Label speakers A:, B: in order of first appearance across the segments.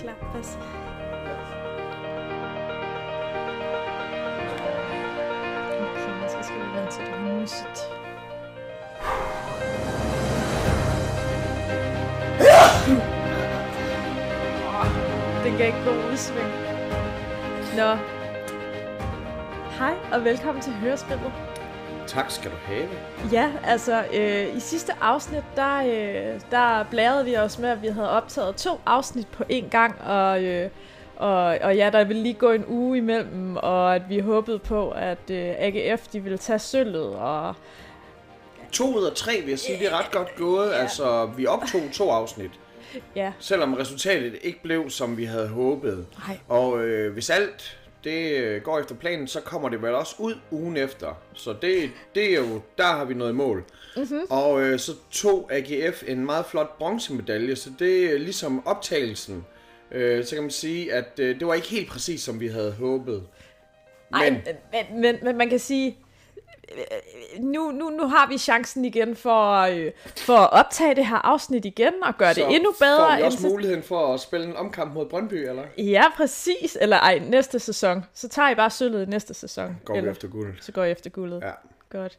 A: klar. Pas. Okay, så skal vi vente til det musik. Den kan ikke gå udsving. Nå. Hej og velkommen til Hørespillet.
B: Tak skal du have.
A: Ja, altså i sidste afsnit, der blærede vi os med, at vi havde optaget 2 afsnit på én gang, og ja, der ville lige gå en uge imellem, og at vi håbede på, at AGF de ville tage sølvet, og
B: 2 ud af 3 vil jeg sige, det er ret godt gået. Ja. Altså, vi optog 2 afsnit.
A: Ja.
B: Selvom resultatet ikke blev, som vi havde håbet.
A: Nej.
B: Og hvis alt det går efter planen, så kommer det vel også ud ugen efter. Så det er jo, der har vi noget mål. Mm-hmm. Og så tog AGF en meget flot bronzemedalje, så det er ligesom optagelsen. Så kan man sige, at det var ikke helt præcis, som vi havde håbet.
A: Men man kan sige, nu har vi chancen igen for at optage det her afsnit igen og gøre det endnu bedre.
B: Så får vi også muligheden for at spille en omkamp mod Brøndby, eller?
A: Ja, præcis. Eller næste sæson. Så tager I bare sølvet i næste sæson.
B: Går vi efter guldet.
A: Så går I efter guldet.
B: Ja.
A: Godt.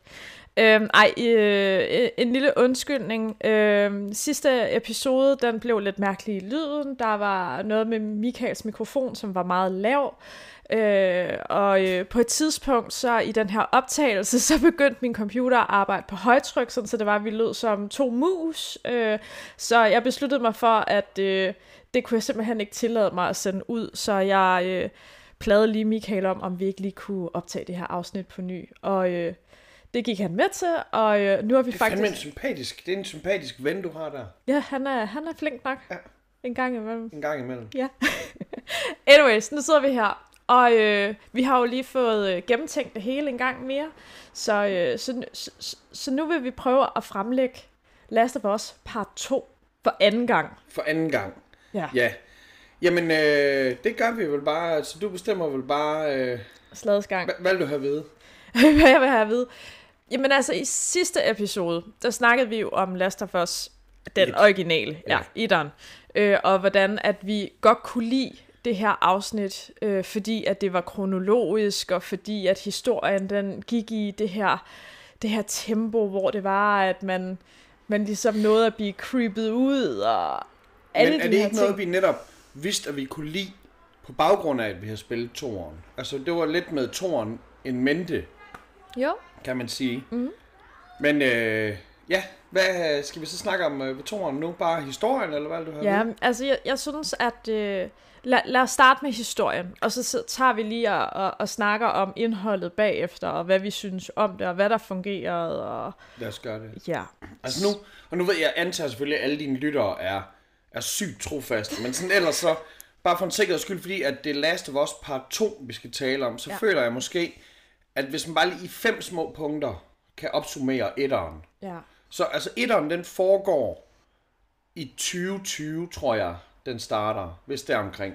A: En lille undskyldning. Sidste episode, den blev lidt mærkelig i lyden. Der var noget med Michaels mikrofon, som var meget lav. Og på et tidspunkt, så i den her optagelse, så begyndte min computer at arbejde på højtryk, sådan, så det var, at vi lød som 2 mus. Så jeg besluttede mig for, at det kunne jeg simpelthen ikke tillade mig at sende ud. Så jeg plagede lige Michael om vi ikke lige kunne optage det her afsnit på ny. Og det gik han med til, og nu har vi faktisk...
B: Det er en sympatisk ven, du har der.
A: Ja, han er flink nok. Ja. En gang imellem. Ja. Anyways, nu sidder vi her. Og vi har jo lige fået gennemtænkt det hele en gang mere. Så nu vil vi prøve at fremlægge Last of Us part 2 for anden gang. Ja.
B: Jamen, det gør vi vel bare. Så du bestemmer vel bare...
A: Sladesgang.
B: Hvad vil du have at vide?
A: Hvad jeg vil have at vide? Jamen altså, i sidste episode, der snakkede vi jo om Last of Us, den originale, etteren. Og hvordan at vi godt kunne lide det her afsnit, fordi at det var kronologisk, og fordi at historien den gik i det her tempo, hvor det var, at man ligesom nåede at blive creepet ud, og alle de her ting. Men er det ikke
B: noget, vi netop vidste, at vi kunne lide, på baggrund af, at vi har spillet toeren? Altså, det var lidt med toeren en mente,
A: jo,
B: kan man sige.
A: Mm-hmm.
B: Men hvad skal vi så snakke om ved toeren nu? Bare historien, eller hvad du har?
A: Ja, altså jeg synes, at lad os starte med historien, og så tager vi lige og snakker om indholdet bagefter, og hvad vi synes om det, og hvad der fungerede. Og...
B: Lad os gøre det.
A: Ja.
B: Altså nu ved jeg, antager selvfølgelig, at alle dine lyttere er sygt trofaste, men sådan ellers så, bare for en sikkerheds skyld, fordi at det er Last of Us part 2, vi skal tale om, så føler jeg måske, at hvis man bare lige i 5 små punkter kan opsummere etteren.
A: Ja.
B: Så altså etteren, den foregår i 2020, tror jeg, den starter, hvis der omkring.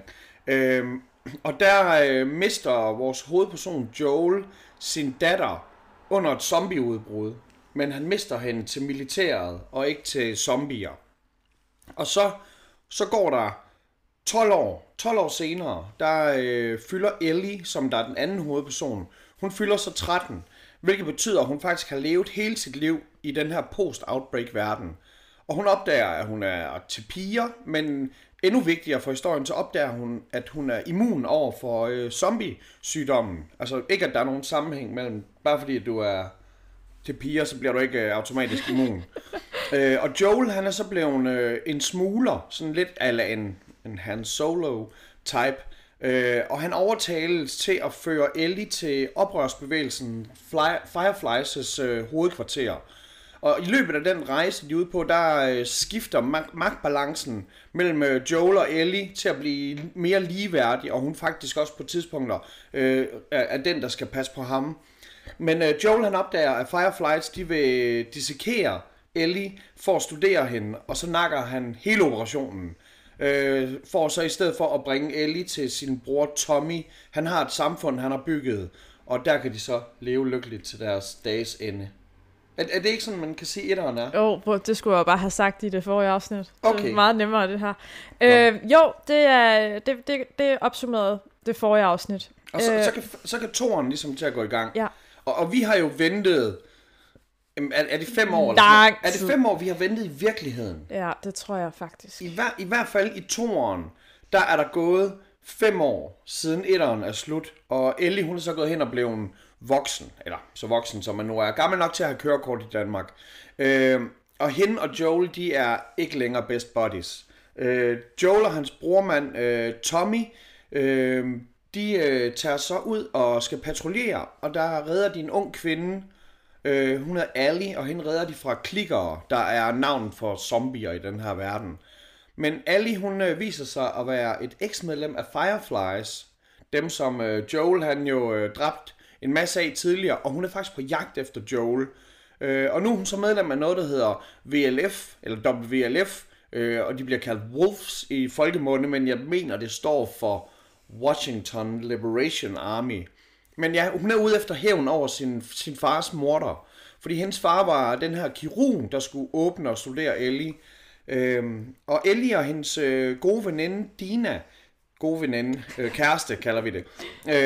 B: Og der mister vores hovedperson Joel sin datter under et zombieudbrud, men han mister hende til militæret og ikke til zombier. Og så går der 12 år senere, der fylder Ellie, som der er den anden hovedperson, hun fylder så 13, hvilket betyder, at hun faktisk har levet hele sit liv i den her post-outbreak-verden. Og hun opdager, at hun er til piger, men endnu vigtigere for historien, så opdager hun, at hun er immun over for zombie-sygdommen. Altså ikke, at der er nogen sammenhæng mellem, bare fordi at du er til piger, så bliver du ikke automatisk immun. Og Joel, han er så blevet en smugler, sådan lidt a en Han Solo-type. Og han overtales til at føre Ellie til oprørsbevægelsen Fireflies' hovedkvarter. Og i løbet af den rejse, de er ude på, der skifter magtbalancen mellem Joel og Ellie til at blive mere ligeværdig, og hun faktisk også på tidspunkter er den, der skal passe på ham. Men Joel han opdager, at Fireflies de vil dissekere Ellie for at studere hende, og så nakker han hele operationen. For så i stedet for at bringe Ellie til sin bror Tommy. Han har et samfund, han har bygget, og der kan de så leve lykkeligt til deres dages ende. Er det ikke sådan, man kan sige, etteren er?
A: Jo, det skulle jeg jo bare have sagt i det forrige afsnit.
B: Okay.
A: Det er meget nemmere, det her. Jo, det er opsummeret det forrige afsnit.
B: Og så kan toeren ligesom til at gå i gang.
A: Ja.
B: Og vi har jo ventet... Er det 5 år?
A: Lang
B: er det 5 år, vi har ventet i virkeligheden?
A: Ja, det tror jeg faktisk.
B: I hvert fald i toeren, der er der gået 5 år siden etteren er slut. Og Ellie, hun er så gået hen og blevet voksen. Eller så voksen, som man nu er. Gammel nok til at have kørekort i Danmark. Og hende og Joel, de er ikke længere best buddies. Joel og hans brormand Tommy... de tager så ud og skal patruljere, og der redder de en ung kvinde. Hun hedder Allie, og hende redder de fra klikkere, der er navnet for zombier i den her verden. Men Allie, hun viser sig at være et eksmedlem af Fireflies, dem som Joel han jo dræbt en masse af tidligere, og hun er faktisk på jagt efter Joel. Og nu er hun så medlem af noget, der hedder VLF, eller WLF, og de bliver kaldt Wolves i folkemunde, men jeg mener, det står for Washington Liberation Army. Men ja, hun er ude efter hævn over sin fars morder. Fordi hendes far var den her kirurg, der skulle åbne og studere Ellie. Og Ellie og hendes gode veninde Dina, gode veninde, kæreste kalder vi det,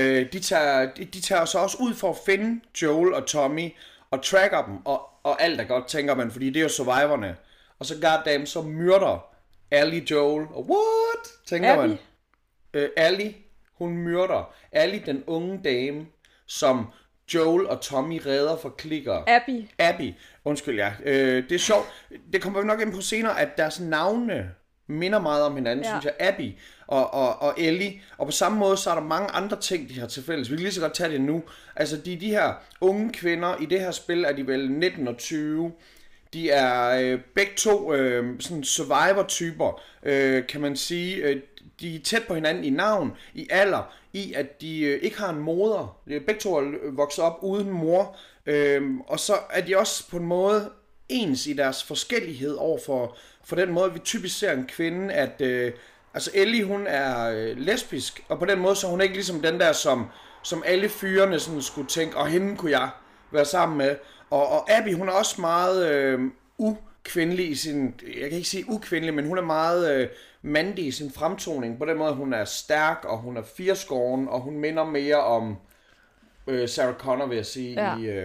B: de tager så også ud for at finde Joel og Tommy og tracker dem. Og alt er godt, tænker man, fordi det er jo survivorne. Og så goddamn, så myrder Allie Joel. Og what? Tænker Abby. Man. Allie, hun myrder Allie, den unge dame, som Joel og Tommy redder for klikker. Abby. Undskyld, ja. Det er sjovt. Det kommer vi nok ind på senere, at deres navne minder meget om hinanden, synes jeg. Abby og Ellie. Og på samme måde, så er der mange andre ting, de har til fælles. Vi kan lige så godt tage det nu. Altså, de her unge kvinder, i det her spil er de vel 19 og 20. De er begge to sådan survivor-typer, kan man sige. De er tæt på hinanden i navn, i alder, i at de ikke har en moder. Begge to er vokset op uden mor. Og så er de også på en måde ens i deres forskellighed over for den måde, vi typisk ser en kvinde, at altså Ellie, hun er lesbisk, og på den måde så er hun ikke ligesom den der, som alle fyrene sådan skulle tænke, og hende kunne jeg være sammen med. Og Abby, hun er også meget ukvindelig i sin, jeg kan ikke sige ukvindelig, men hun er meget mandig i sin fremtoning. På den måde, hun er stærk, og hun er firskåren, og hun minder mere om Sarah Connor, vil jeg sige,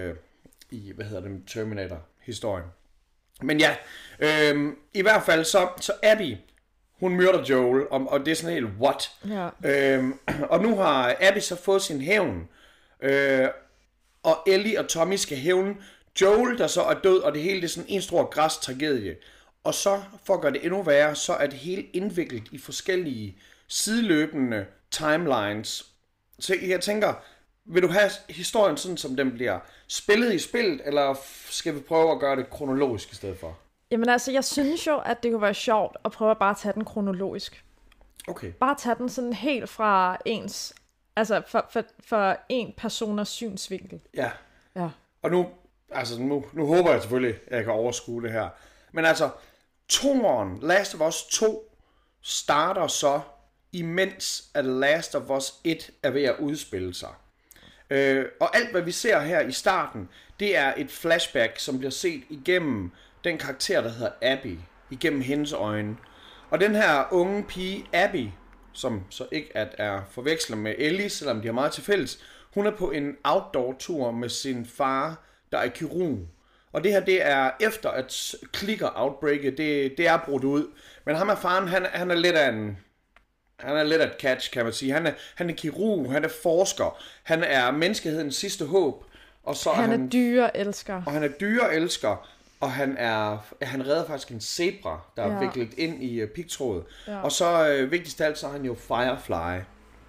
B: i hvad hedder det, Terminator-historien. Men ja, i hvert fald så Abby, hun myrder Joel, og det er sådan helt, what? Ja. Og nu har Abby så fået sin hævn, og Ellie og Tommy skal hævne Joel, der så er død, og det hele det er sådan en stor græstragedie. Og så, for at gøre det endnu værre, så er det hele indviklet i forskellige sideløbende timelines. Så jeg tænker, vil du have historien sådan, som den bliver spillet i spillet, eller skal vi prøve at gøre det kronologisk i stedet for?
A: Jamen altså, jeg synes jo, at det kunne være sjovt at prøve at bare tage den kronologisk.
B: Okay.
A: Bare tage den sådan helt fra ens, altså for en personers synsvinkel.
B: Ja. Og nu håber jeg selvfølgelig, at jeg kan overskue det her. Men altså, toeren, Last of Us 2, starter så, imens at Last of Us 1 er ved at udspille sig. Og alt, hvad vi ser her i starten, det er et flashback, som bliver set igennem den karakter, der hedder Abby, igennem hendes øjne. Og den her unge pige, Abby, som så ikke er forvekslet med Ellie, selvom de har meget til fælles, hun er på en outdoor-tur med sin far, der er kirurg. Og det her, det er efter at clicker-outbreaket, det er brudt ud. Men ham er faren, han er lidt af en... Han er lidt af et catch, kan man sige. Han er kirurg, han er forsker, han er menneskehedens sidste håb. Og så
A: han er dyreelsker.
B: Og han er dyreelsker, og han redder faktisk en zebra, der er viklet ind i pigtråd. Ja. Og så vigtigst af alt, så er han jo Firefly.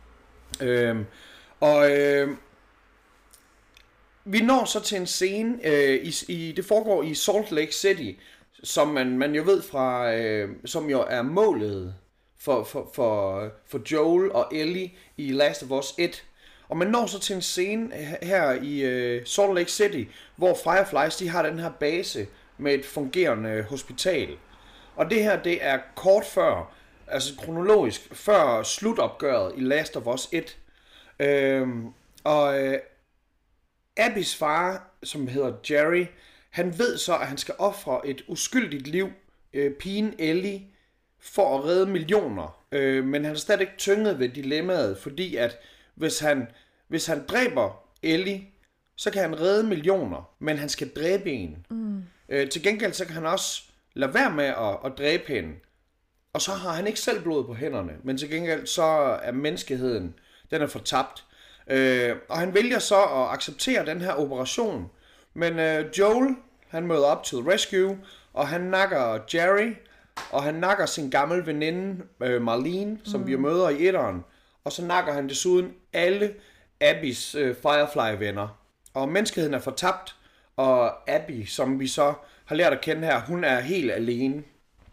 B: Vi når så til en scene, det foregår i Salt Lake City, som man jo ved fra, som jo er målet for Joel og Ellie i Last of Us 1. Og man når så til en scene her i Salt Lake City, hvor Fireflies, de har den her base med et fungerende hospital. Og det her, det er kort før, altså kronologisk, før slutopgøret i Last of Us 1. Abbys far, som hedder Jerry, Han ved så, at han skal ofre et uskyldigt liv, pigen Ellie, for at redde millioner. Men han er stadig ikke tynget ved dilemmaet, fordi at hvis han dræber Ellie, så kan han redde millioner, men han skal dræbe en. Til gengæld så kan han også lade være med at dræbe hende. Og så har han ikke selv blod på hænderne, men til gengæld så er menneskeheden, den er fortabt. Og han vælger så at acceptere den her operation. Men Joel, han møder op til rescue, og han nakker Jerry, og han nakker sin gamle veninde Marlene, som vi møder i etteren. Og så nakker han desuden alle Abbys Firefly-venner. Og menneskeheden er fortabt, og Abby, som vi så har lært at kende her, hun er helt alene.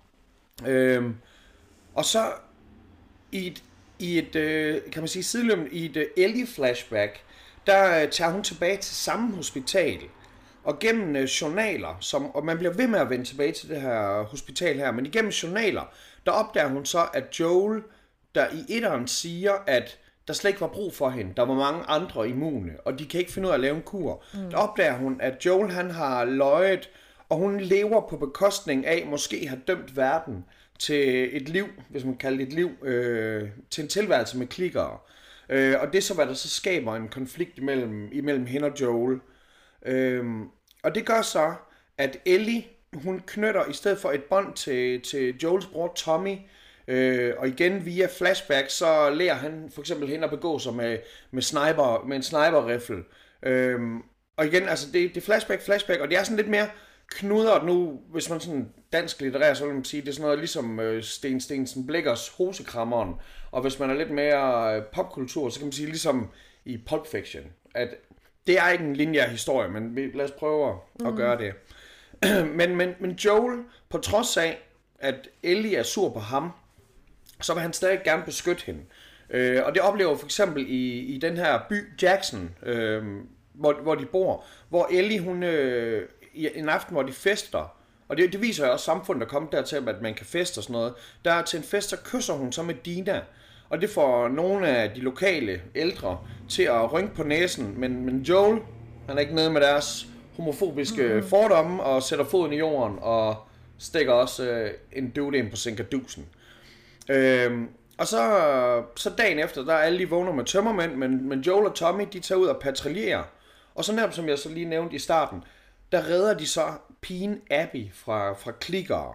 B: Og så i et kan man sige sideløbende, i et Ellie-flashback, der tager hun tilbage til samme hospital. Og gennem journaler, og man bliver ved med at vende tilbage til det her hospital her, men igennem journaler, der opdager hun så, at Joel, der i etteren siger, at der slet ikke var brug for hende. Der var mange andre immune, og de kan ikke finde ud af at lave en kur. Der opdager hun, at Joel han har løjet, og hun lever på bekostning af måske have dømt verden til et liv, hvis man kalder det et liv, til en tilværelse med klikkere. Og det er så, hvad der så skaber en konflikt imellem hende og Joel. Og det gør så, at Ellie, hun knytter i stedet for et bånd til Joels bror Tommy, og igen via flashback, så lærer han for eksempel hende at begå sig med en sniper-riffel. Og igen, altså det er flashback, og det er sådan lidt mere knudret nu, hvis man sådan dansk litterær, så vil man sige, det er sådan noget ligesom Sten Stensen Blikkers Hosekrammeren, og hvis man er lidt mere popkultur, så kan man sige ligesom i Pulp Fiction, at det er ikke en lineær historie, men lad os prøve at gøre det. men Joel, på trods af, at Ellie er sur på ham, så vil han stadig gerne beskytte hende. Og det oplever for eksempel i den her by Jackson, hvor de bor, hvor Ellie, hun en aften, hvor de fester, og det viser jo også samfundet, der kommer dertil, at man kan feste og sådan noget. Der til en fest, så kysser hun så med Dina, og det får nogle af de lokale ældre til at rynke på næsen, men Joel, han er ikke nede med deres homofobiske fordomme, og sætter foden i jorden, og stikker også en dude ind på Sinkadusen. Og så dagen efter, der er alle de vågner med tømmermænd, men Joel og Tommy, de tager ud og patruljerer. Og så netop, som jeg så lige nævnte i starten, der redder de så pigen Abby fra klikkere.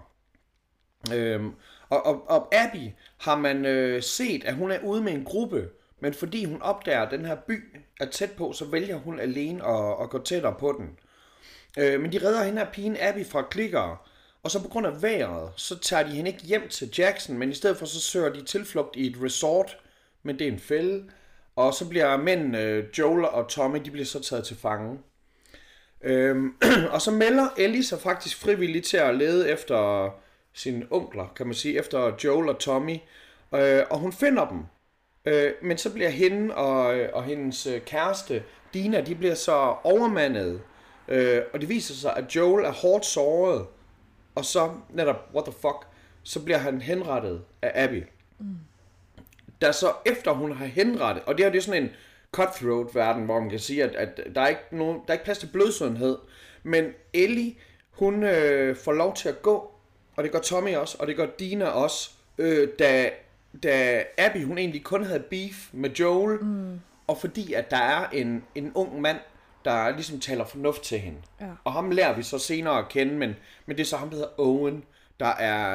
B: Og Abby har man set, at hun er ude med en gruppe, men fordi hun opdager, at den her by er tæt på, så vælger hun alene at gå tættere på den. Men de redder hende her pigen Abby fra klikkere, og så på grund af vejret, så tager de hende ikke hjem til Jackson, men i stedet for så søger de tilflugt i et resort, men det er en fælde, og så bliver mændene Joel og Tommy, de bliver så taget til fange. Og så melder Ellie sig faktisk frivilligt til at lede efter sine onkler, kan man sige, efter Joel og Tommy, og hun finder dem. Men så bliver hende og hendes kæreste, Dina, de bliver så overmandet, og det viser sig, at Joel er hårdt såret, og så netop, what the fuck, så bliver han henrettet af Abby. Der så efter hun har henrettet, og det her det er sådan en cutthroat-verden, hvor man kan sige, at der er ikke plads til blødsødenhed, men Ellie, hun får lov til at gå, og det gør Tommy også, og det gør Dina også, da Abby, hun egentlig kun havde beef med Joel, og fordi at der er en ung mand, der ligesom taler fornuft til hende. Ja. Og ham lærer vi så senere at kende, men det er så ham, der hedder Owen, der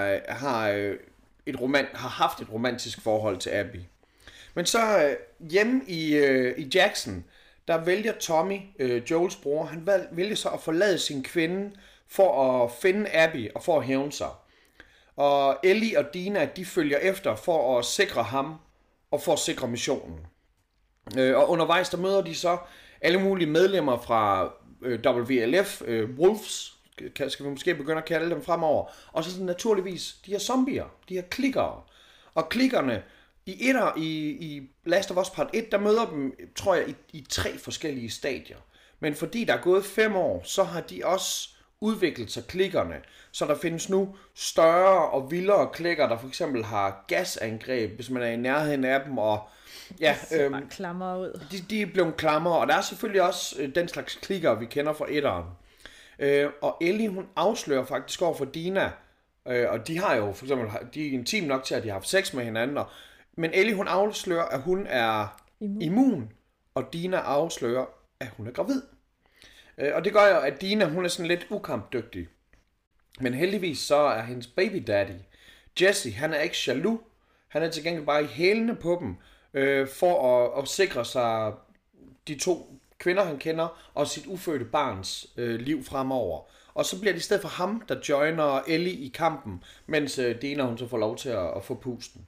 B: har haft et romantisk forhold til Abby. Men så hjemme i Jackson, der vælger Tommy, Joels bror, han vælger så at forlade sin kvinde for at finde Abby og for at hævne sig. Og Ellie og Dina, de følger efter for at sikre ham og for at sikre missionen. Og undervejs, der møder de så alle mulige medlemmer fra WLF, Wolves, skal vi måske begynde at kalde dem fremover. Og så naturligvis de her zombier, de her klikkere. Og klikkerne, i Last of Us Part 1, der møder dem, tror jeg, i 3 forskellige stadier. Men fordi der er gået 5 år, så har de også udviklet sig klikkerne. Så der findes nu større og vildere klikker, der for eksempel har gasangreb, hvis man er i nærheden af dem, og ja,
A: klammer ud.
B: De er blevet klammer, og der er selvfølgelig også den slags klikker, vi kender fra etteren. Og Ellie, hun afslører faktisk over for Dina, og de har jo for eksempel, de er intim nok til, at de har haft sex med hinanden, men Ellie, hun afslører, at hun er immun, og Dina afslører, at hun er gravid. Og det gør jo, at Dina, hun er sådan lidt ukampdygtig. Men heldigvis så er hendes baby daddy, Jesse, han er ikke jaloux. Han er til gengæld bare i hælene på dem, for at sikre sig de 2 kvinder, han kender, og sit ufødte barns liv fremover. Og så bliver det i stedet for ham, der joiner Ellie i kampen, mens Dina, hun så får lov til at få pusten.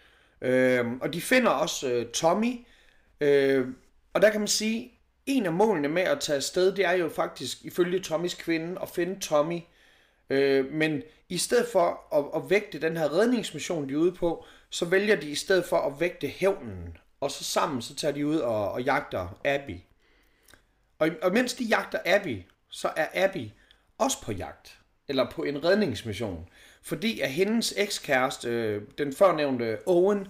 B: Og de finder også Tommy, og der kan man sige, en af målene med at tage afsted, det er jo faktisk ifølge Tommys kvinde at finde Tommy. Men i stedet for at vægte den her redningsmission, de er ude på, så vælger de i stedet for at vægte hævnen. Og så sammen så tager de ud og jagter Abby. Og mens de jagter Abby, så er Abby også på jagt. Eller på en redningsmission. Fordi at hendes ekskæreste, den førnævnte Owen,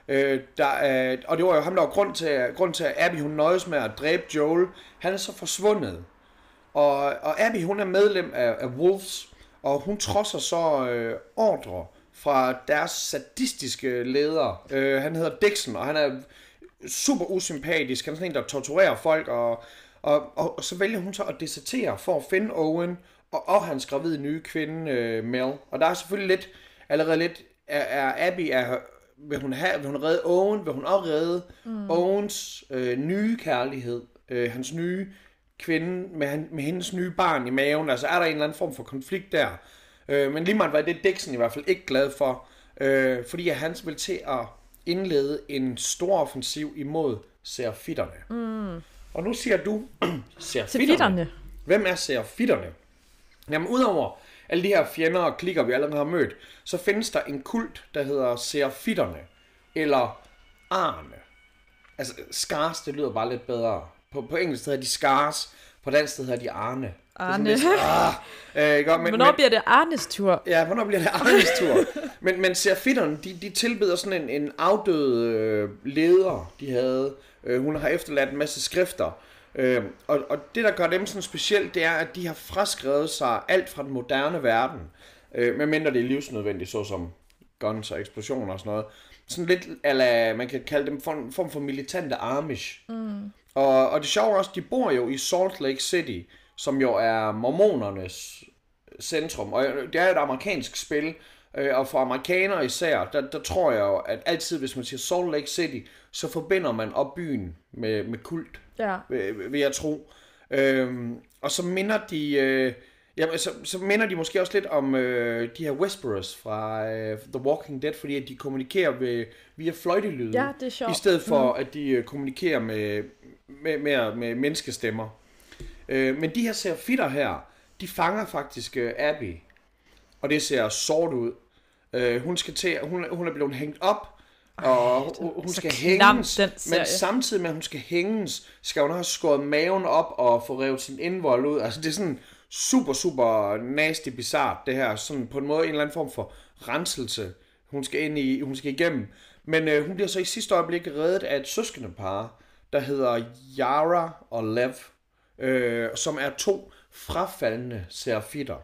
B: og det var jo ham, der var grund til at Abby, hun nøjes med at dræbe Joel. Han er så forsvundet. Og Abby, hun er medlem af Wolves, og hun trodser så ordre fra deres sadistiske leder. Han hedder Dixon, og han er super usympatisk. Han er sådan en, der torturerer folk, og så vælger hun så at desertere for at finde Owen og hans gravide nye kvinde, Mel. Og der er selvfølgelig allerede lidt, Abby vil hun redde Owen, vil hun også redde Owens nye kærlighed, hans nye kvinde med hendes nye barn i maven. Altså er der en eller anden form for konflikt der. Men lige meget var det Dixon i hvert fald ikke glad for, fordi han vil til at indlede en stor offensiv imod serafitterne. Og nu siger du serafitterne. Hvem er serafitterne? Jamen udover alle de her fjender og klikker, vi allerede har mødt, så findes der en kult, der hedder serafitterne, eller Arne. Altså Scars, det lyder bare lidt bedre. På engelsk hedder de Scars, på dansk hedder de Arne.
A: Hvornår bliver det Arnes tur?
B: Ja, hvornår bliver det Arnes tur? men serafitterne, de tilbeder sådan en afdød leder, de havde. Hun har efterladt en masse skrifter. Og det, der gør dem sådan specielt, det er, at de har fraskrevet sig alt fra den moderne verden. Medmindre det er livsnødvendigt, såsom guns og eksplosioner og sådan noget. Sådan lidt, eller man kan kalde dem en form for militante Amish. Og det sjove også, de bor jo i Salt Lake City, som jo er mormonernes centrum. Og det er et amerikansk spil, og for amerikanere især, der tror jeg jo, at altid, hvis man siger Salt Lake City, så forbinder man op byen med kult, vil jeg tro. Og så minder de... så minder de måske også lidt om de her Whisperers fra The Walking Dead, fordi at de kommunikerer via fløjtelyde,
A: ja, det er sjovt.
B: I stedet for at de kommunikerer med menneskestemmer. Men de her serafitter her, de fanger faktisk Abby, og det ser sort ud. Hun er blevet hængt op, og hun skal hænges, men samtidig med at hun skal hænges, skal hun have skåret maven op og få revet sin indvold ud. Altså det er sådan super, super nasty bizarrt det her, sådan på en måde en eller anden form for renselse, hun skal igennem. Men hun bliver så i sidste øjeblik reddet af et søskendepar, der hedder Yara og Lev, som er 2 frafaldende serafitter.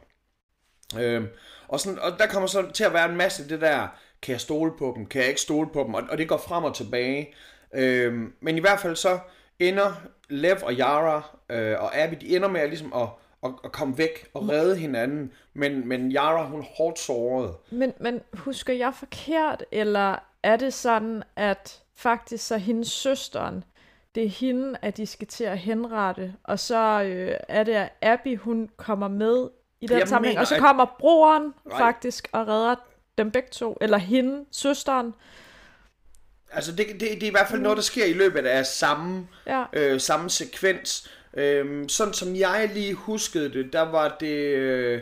B: Og der kommer så til at være en masse det der, kan jeg stole på dem, kan jeg ikke stole på dem, og det går frem og tilbage. Men i hvert fald så ender Lev og Yara og Abby, de ender med ligesom at komme væk og redde hinanden, men Yara, hun er hårdt såret.
A: Men husker jeg forkert, eller er det sådan, at faktisk så hendes søsteren, det er hende, at de skal til at henrette, og så er det, at Abby, hun kommer med i den sammenhæng, og så kommer broren faktisk og redder dem begge to, eller hende, søsteren.
B: Altså det er i hvert fald noget, der sker i løbet af samme sekvens. Sådan som jeg lige huskede det, der var det...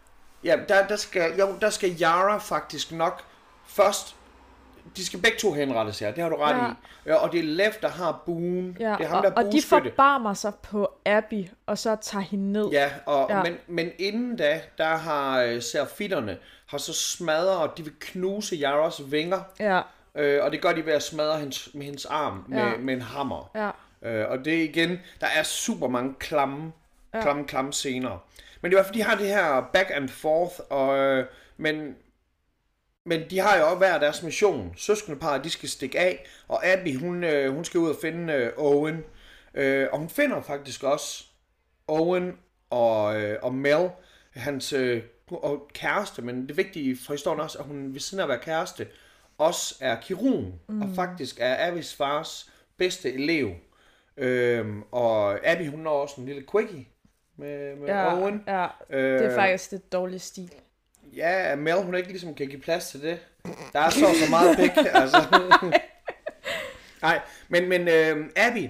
B: der skal Yara faktisk nok først... De skal begge to henrettes her, det har du ret i. Og det er Lev, der har buen.
A: Ja,
B: det er ham, der
A: og de forbarmer sig på Abby, og så tager hende ned.
B: Ja, men inden da, der har serafitterne har så smadret, de vil knuse Yaras vinger.
A: Ja.
B: Og det gør de ved at smadre med hendes arm med en hammer.
A: Ja.
B: Og det igen, der er super mange klamme klamme scener. Men det er fordi, de har det her back and forth, og, men de har jo også hver deres mission. Søskendeparret, de skal stikke af, og Abby, hun skal ud og finde Owen. Og hun finder faktisk også Owen og Mel, hans og kæreste, men det vigtige for historien også, at hun ved siden af at være kæreste, også er kirurg, og faktisk er Abbys fars bedste elev. Og Abby, hun når også en lille quickie med Owen.
A: Ja, det er faktisk det dårlige stil.
B: Ja, Mel, hun ikke ligesom kan give plads til det. Der er så meget pik, altså. Nej, men Abby,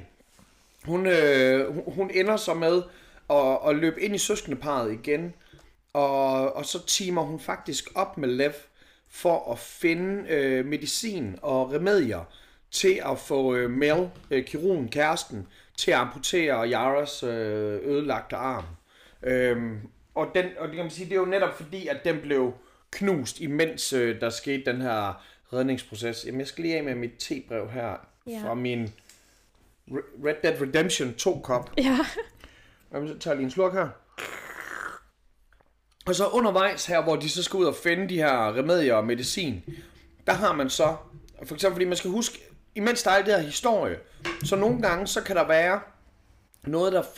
B: hun ender så med at løbe ind i søskendeparret igen, og så teamer hun faktisk op med Lev for at finde medicin og remedier til at få Mel, kirurgen, kæresten, til at amputere Yaras ødelagte arm. Og det kan man sige, det er jo netop fordi, at den blev knust, imens der skete den her redningsproces. Jamen, jeg skal lige af med mit tebrev her fra min Red Dead Redemption 2-kop.
A: Ja.
B: Jeg tager lige en slurk her. Og så undervejs her, hvor de så skal ud og finde de her remedier og medicin, der har man så, for eksempel fordi man skal huske, imens der er det her historie, så nogle gange, så kan der være noget, der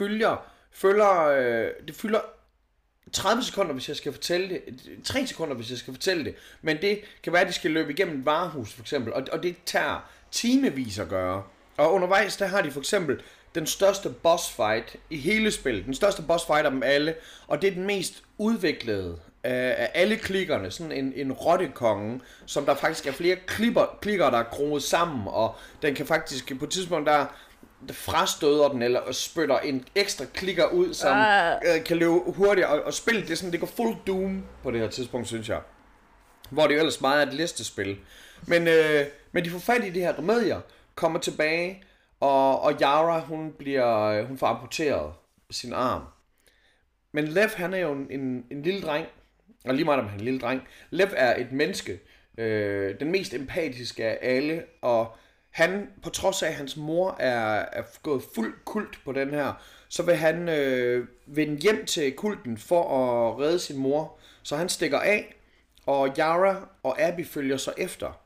B: det fylder 30 sekunder, hvis jeg skal fortælle det, 3 sekunder, hvis jeg skal fortælle det, men det kan være, at de skal løbe igennem et varehus, for eksempel, og det tager timevis at gøre. Og undervejs, der har de for eksempel den største boss fight i hele spillet, den største boss fight af dem alle, og det er den mest udviklede af alle klikkerne, sådan en rottekonge, som der faktisk er flere klikker, der er groet sammen, og den kan faktisk på et tidspunkt, der frastøder den, eller spytter en ekstra klikker ud, som kan løbe hurtigere, og spillet, det går full Doom på det her tidspunkt, synes jeg. Hvor det jo ellers meget er et listespil. Men de får fat i de her remedier, kommer tilbage, og Yara, hun får amputeret sin arm. Men Lev, han er jo en lille dreng, og lige meget om han er en lille dreng. Lev er et menneske, den mest empatiske af alle, og han, på trods af at hans mor er gået fuld kult på den her, så vil han vende hjem til kulten for at redde sin mor. Så han stikker af, og Yara og Abby følger så efter.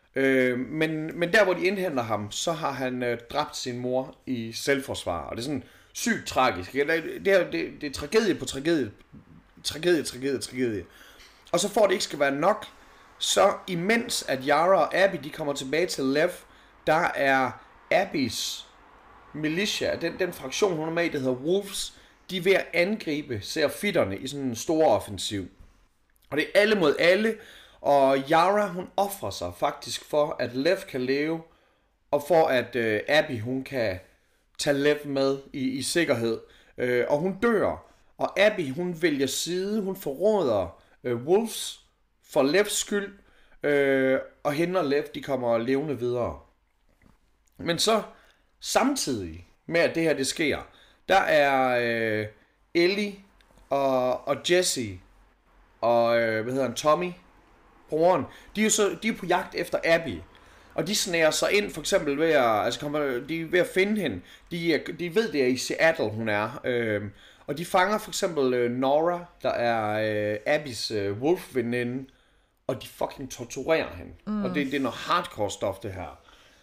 B: Men der hvor de indhenter ham, så har han dræbt sin mor i selvforsvar, og det er sådan sygt tragisk. Det er tragedie på tragedie. Og så for at det ikke skal være nok, så imens at Yara og Abby de kommer tilbage til Lev, der er Abbys militia, den fraktion hun er med i, der hedder Wolves, de er ved at angribe serafitterne i sådan en stor offensiv. Og det er alle mod alle, og Yara, hun offrer sig faktisk for, at Lev kan leve, og for at Abby, hun kan tage Lev med i sikkerhed. Og hun dør, og Abby, hun vælger side, hun forråder Wolves for Levs skyld, og hende og Lev, de kommer levende videre. Men så, samtidig med at det her det sker, der er Ellie og Jesse og Tommy, broren, de er på jagt efter Abby. Og de snærer sig ind, for eksempel ved at, de er ved at finde hende. De ved det er i Seattle, hun er. Og de fanger for eksempel Nora, der er Abbys wolf-veninde, og de fucking torturerer hende. Og det er noget hardcore stof, det her.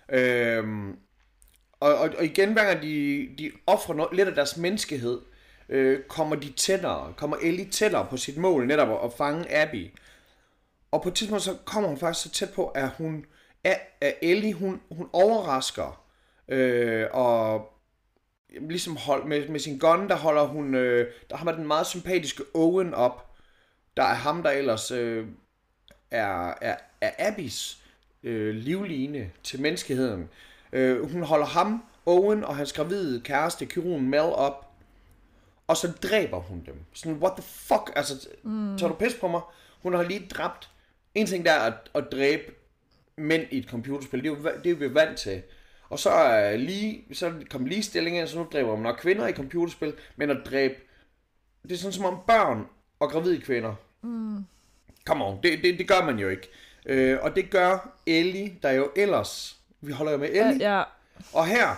B: Og igen, hver gang de offrer lidt af deres menneskehed, kommer Ellie tættere på sit mål, netop at fange Abby. Og på et tidspunkt så kommer hun faktisk så tæt på, at Ellie, hun overrasker, og ligesom med sin gun, der holder hun, der har man den meget sympatiske Owen op, der er ham, der ellers er Abbys livline til menneskeheden. Hun holder ham, Owen, og hans gravide kæreste, kirurgen Mel, op, og så dræber hun dem. Sådan, what the fuck? Altså, tager du pis på mig? Hun har lige dræbt. En ting der er at dræbe mænd i et computerspil, det er vi vant til. Og så kom ligestilling ind, så nu dræber man nok kvinder i computerspil, men at dræbe, det er sådan som om børn og gravide kvinder. Come on, det gør man jo ikke. Og det gør Ellie, der jo ellers, vi holder jo med Ellie.
A: Ja.
B: Og her,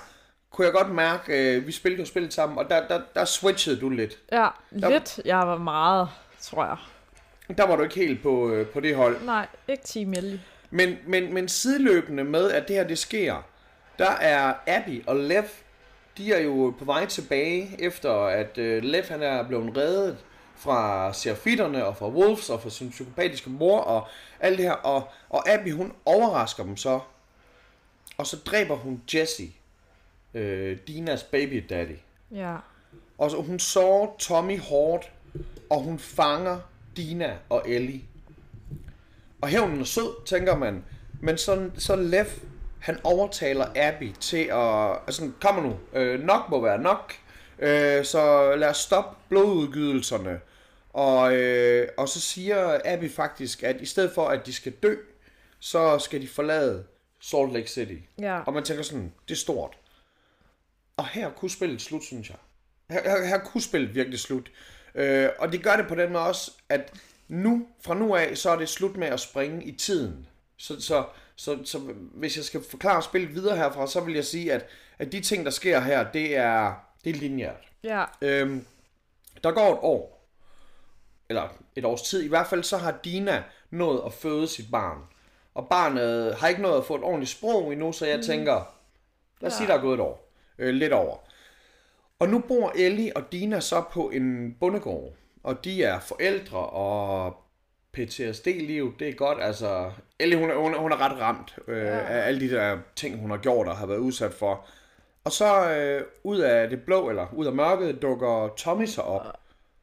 B: kunne jeg godt mærke, vi spillede jo spillet sammen, og der switchede du lidt.
A: Ja, lidt. Jeg var meget, tror jeg.
B: Der var du ikke helt på det hold.
A: Nej, ikke Team Ellie.
B: Men sideløbende med, at det her det sker, der er Abby og Lev, de er jo på vej tilbage, efter at Lev han er blevet reddet fra serafitterne og fra Wolves og fra sin psykopatiske mor og alt det her. Og Abby, hun overrasker dem så, og så dræber hun Jesse, Dinas baby daddy.
A: Ja. Og
B: så hun sår Tommy hårdt, og hun fanger Dina og Ellie. Og hævnen er sød, tænker man. Men så Lev, han overtaler Abby til at... Altså, kommer nu. Nok må være nok. Så lad os stoppe blodudgydelserne. Og så siger Abby faktisk, at i stedet for, at de skal dø, så skal de forlade Salt Lake City.
A: Ja.
B: Og man tænker sådan, det er stort. Og her kunne spillet slut, synes jeg. Her kunne spillet virkelig slut. Og det gør det på den måde også, at fra nu af, så er det slut med at springe i tiden. Så hvis jeg skal forklare spillet videre herfra, så vil jeg sige, at de ting, der sker her, det er lineært.
A: Ja.
B: Der går et år, eller et års tid. I hvert fald så har Dina nået at føde sit barn. Og barnet har ikke nået at få et ordentligt sprog endnu, så jeg tænker, lad os sige, der er gået et år. Lidt over. Og nu bor Ellie og Dina så på en bondegård. Og de er forældre, og PTSD-liv, det er godt. Altså, Ellie, hun er ret ramt af alle de der ting, hun har gjort og har været udsat for. Og så ud af det blå, eller ud af mørket, dukker Tommy så op.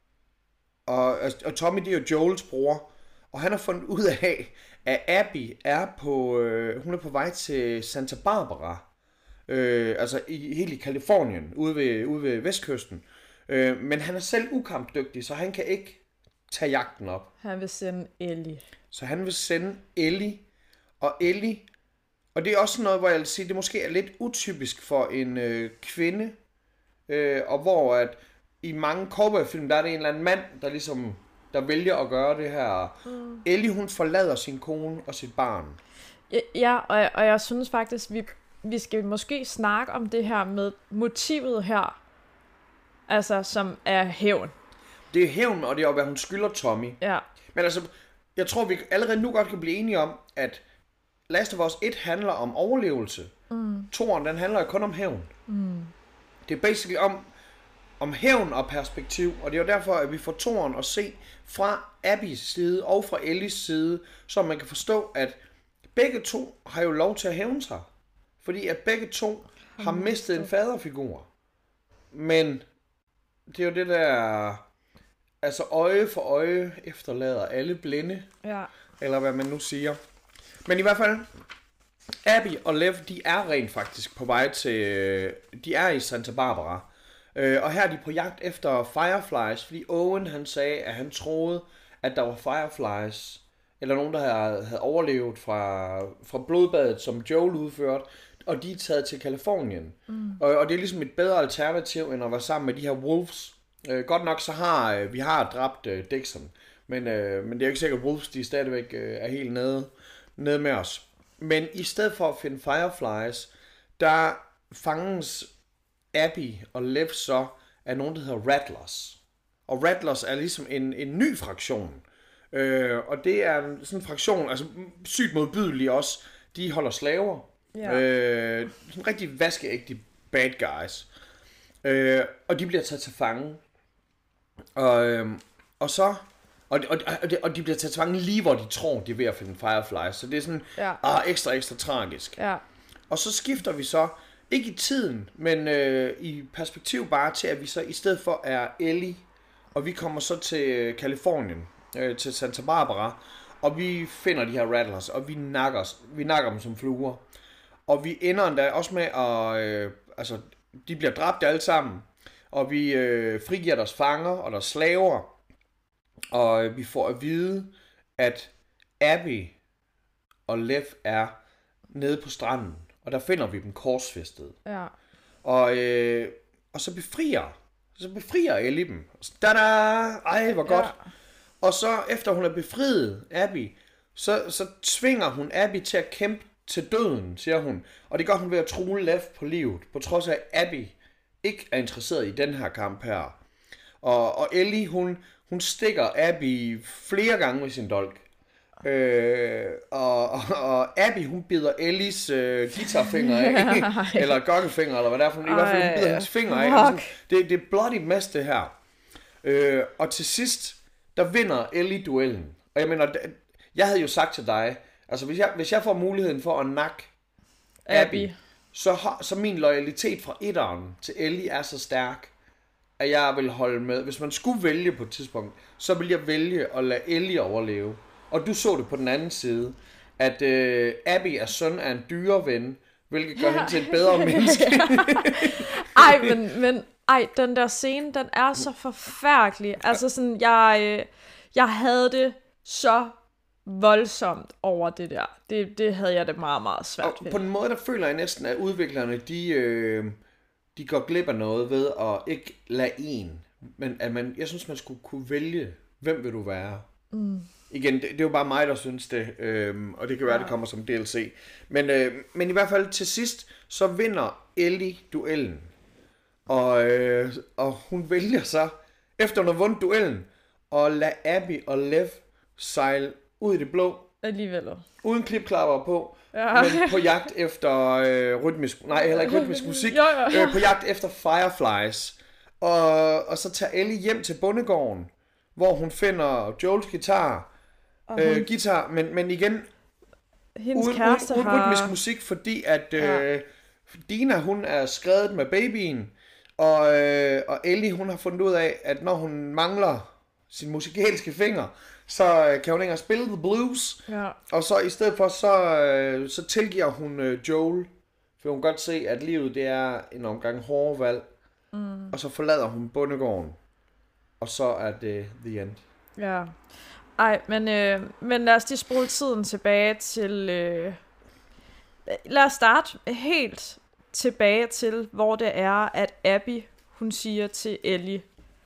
B: Og Tommy, det er jo Joels bror. Og han har fundet ud af, at Abby er hun er på vej til Santa Barbara. Altså helt i Californien, ude ved vestkysten. Men han er selv ukampdygtig, så han kan ikke tage jagten op.
A: Han vil sende Ellie.
B: Så han vil sende Ellie. Og Ellie, og det er også noget, hvor jeg vil sige, det måske er lidt utypisk for en kvinde. Og hvor at i mange cowboyfilm, der er det en eller anden mand, der vælger at gøre det her. Ellie, hun forlader sin kone og sit barn.
A: Ja, og jeg synes faktisk, vi skal måske snakke om det her med motivet her, altså som er hævn.
B: Det er hævn, og det er hvad hun skylder Tommy.
A: Ja.
B: Men altså, jeg tror, vi allerede nu godt kan blive enige om, at Last of Us 1 handler om overlevelse. Toren, den handler kun om hævn. Det er basically om hævn og perspektiv, og det er jo derfor, at vi får toren at se fra Abbys side og fra Ellies side, så man kan forstå, at begge to har jo lov til at hævne sig. Fordi at begge to har mistet en faderfigur. Men det er jo det der... Altså øje for øje efterlader alle blinde. Ja. Eller hvad man nu siger. Men i hvert fald... Abby og Lev, de er rent faktisk på vej til... De er i Santa Barbara. Og her er de på jagt efter fireflies. Fordi Owen, han sagde, at han troede, at der var fireflies... Eller nogen, der havde overlevet fra blodbadet, som Joel udførte. Og de er taget til Californien. Og det er ligesom et bedre alternativ, end at være sammen med de her wolves. Godt nok så har vi dræbt Dixon. Men det er jo ikke sikkert, at wolves de stadigvæk er helt nede med os. Men i stedet for at finde fireflies, der fanges Abby og Lev så af nogen, der hedder Rattlers. Og Rattlers er ligesom en ny fraktion. Og det er sådan en fraktion, altså sygt modbydelig også. De holder slaver. Yeah. Sådan rigtig vaskeægte bad guys. Og de bliver taget til fange. Og de bliver taget til fange lige hvor de tror, de er ved at finde fireflies. Så det er sådan ekstra tragisk. Yeah. Og så skifter vi så, ikke i tiden, men i perspektiv bare til, at vi så i stedet for er Ellie. Og vi kommer så til Californien, til Santa Barbara. Og vi finder de her Rattlers, og vi nakker dem som fluer. Og vi ender endda også med at... de bliver dræbt alle sammen. Og vi frigiver deres fanger og deres slaver. Og vi får at vide, at Abby og Lev er nede på stranden. Og der finder vi dem korsfæstet. Ja. Og så befrier Ellie dem. Tada! Ej, hvor godt. Ja. Og så efter hun er befriet Abby, så tvinger hun Abby til at kæmpe til døden, siger hun. Og det gør hun ved at true Lev på livet, på trods af, at Abby ikke er interesseret i den her kamp her. Og Ellie, hun stikker Abby flere gange med sin dolk. Og Abby, hun bider Ellies guitarfinger af, eller gokkefinger, eller hvad det er for noget. I hvert fald, hun bider hendes finger af. Det er bloody mess, det her. Og til sidst, der vinder Ellie duellen. Og jeg mener, jeg havde jo sagt til dig, altså hvis jeg får muligheden for at nakke Abby, så min loyalitet fra etteren til Ellie er så stærk, at jeg vil holde med. Hvis man skulle vælge på et tidspunkt, så vil jeg vælge at lade Ellie overleve. Og du så det på den anden side, at Abby er søn af en dyreven, hvilket gør hende til et bedre menneske.
A: Ej, den der scene, den er så forfærdelig. Altså sådan, jeg havde det så voldsomt over det der. Det havde jeg det meget, meget svært
B: ved. Og på den måde, der føler jeg næsten, at udviklerne, de går glip af noget ved at ikke lade en. Men at jeg synes, man skulle kunne vælge, hvem vil du være? Igen, det er jo bare mig, der synes det, og det kan være, det kommer som DLC. Men i hvert fald til sidst, så vinder Ellie duellen. Og hun vælger så, efter hun har vundet duellen, at lade Abby og Lev sejle ud i det blå.
A: Alligevel.
B: Uden klipklapper på, men på jagt efter ikke rytmisk musik, på jagt efter fireflies. Og så tager Ellie hjem til bondegården, hvor hun finder Joels guitar, men igen, uden rytmisk musik, fordi at Dina, hun er skredet med babyen, og Ellie, hun har fundet ud af, at når hun mangler sin musikalske finger, så kan hun ikke spille the blues, og så i stedet for, så tilgiver hun Joel, for hun kan godt se, at livet det er en omgang hårde valg, og så forlader hun bondegården, og så er det the end.
A: Ja. Ej, men lad os lige spole tiden tilbage til... lad os starte helt tilbage til, hvor det er, at Abby, hun siger til Ellie,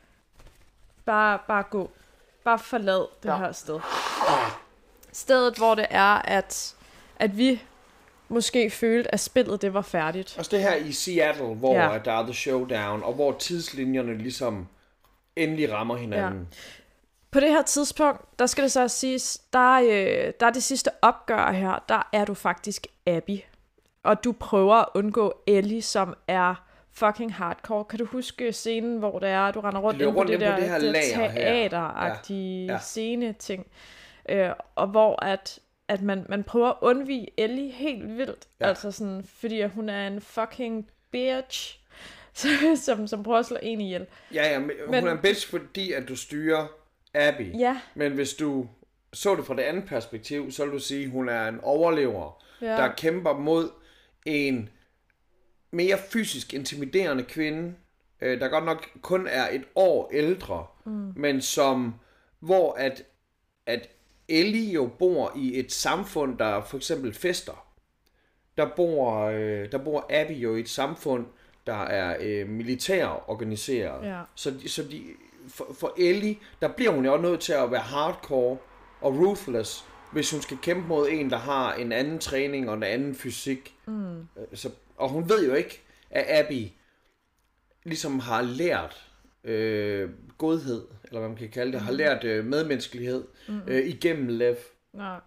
A: bare gå. Bare forlad det her sted. Stedet, hvor det er, at vi måske følte, at spillet det var færdigt.
B: Altså det her i Seattle, hvor der er the showdown, og hvor tidslinjerne ligesom endelig rammer hinanden. Ja.
A: På det her tidspunkt, der skal det så siges, der er det sidste opgør her, der er du faktisk Abby. Og du prøver at undgå Ellie, som er fucking hardcore. Kan du huske scenen, hvor det er, du render rundt ind på det der teateragtige scene-ting? Og hvor at man prøver at undvige Ellie helt vildt. Ja. Altså sådan, fordi hun er en fucking bitch, som prøver at slå en ihjel.
B: Ja, men hun er en bitch, fordi at du styrer Abby. Ja. Men hvis du så det fra det andet perspektiv, så vil du sige, at hun er en overlever, der kæmper mod en mere fysisk intimiderende kvinde, der godt nok kun er et år ældre, men hvor at Ellie jo bor i et samfund, der for eksempel fester. Der bor Abby jo i et samfund, der er militærorganiseret. Ja. Så for Ellie, der bliver hun jo nødt til at være hardcore og ruthless, hvis hun skal kæmpe mod en, der har en anden træning og en anden fysik. Og hun ved jo ikke, at Abby ligesom har lært godhed, eller hvad man kan kalde det, har lært medmenneskelighed igennem Lev.
A: Nej.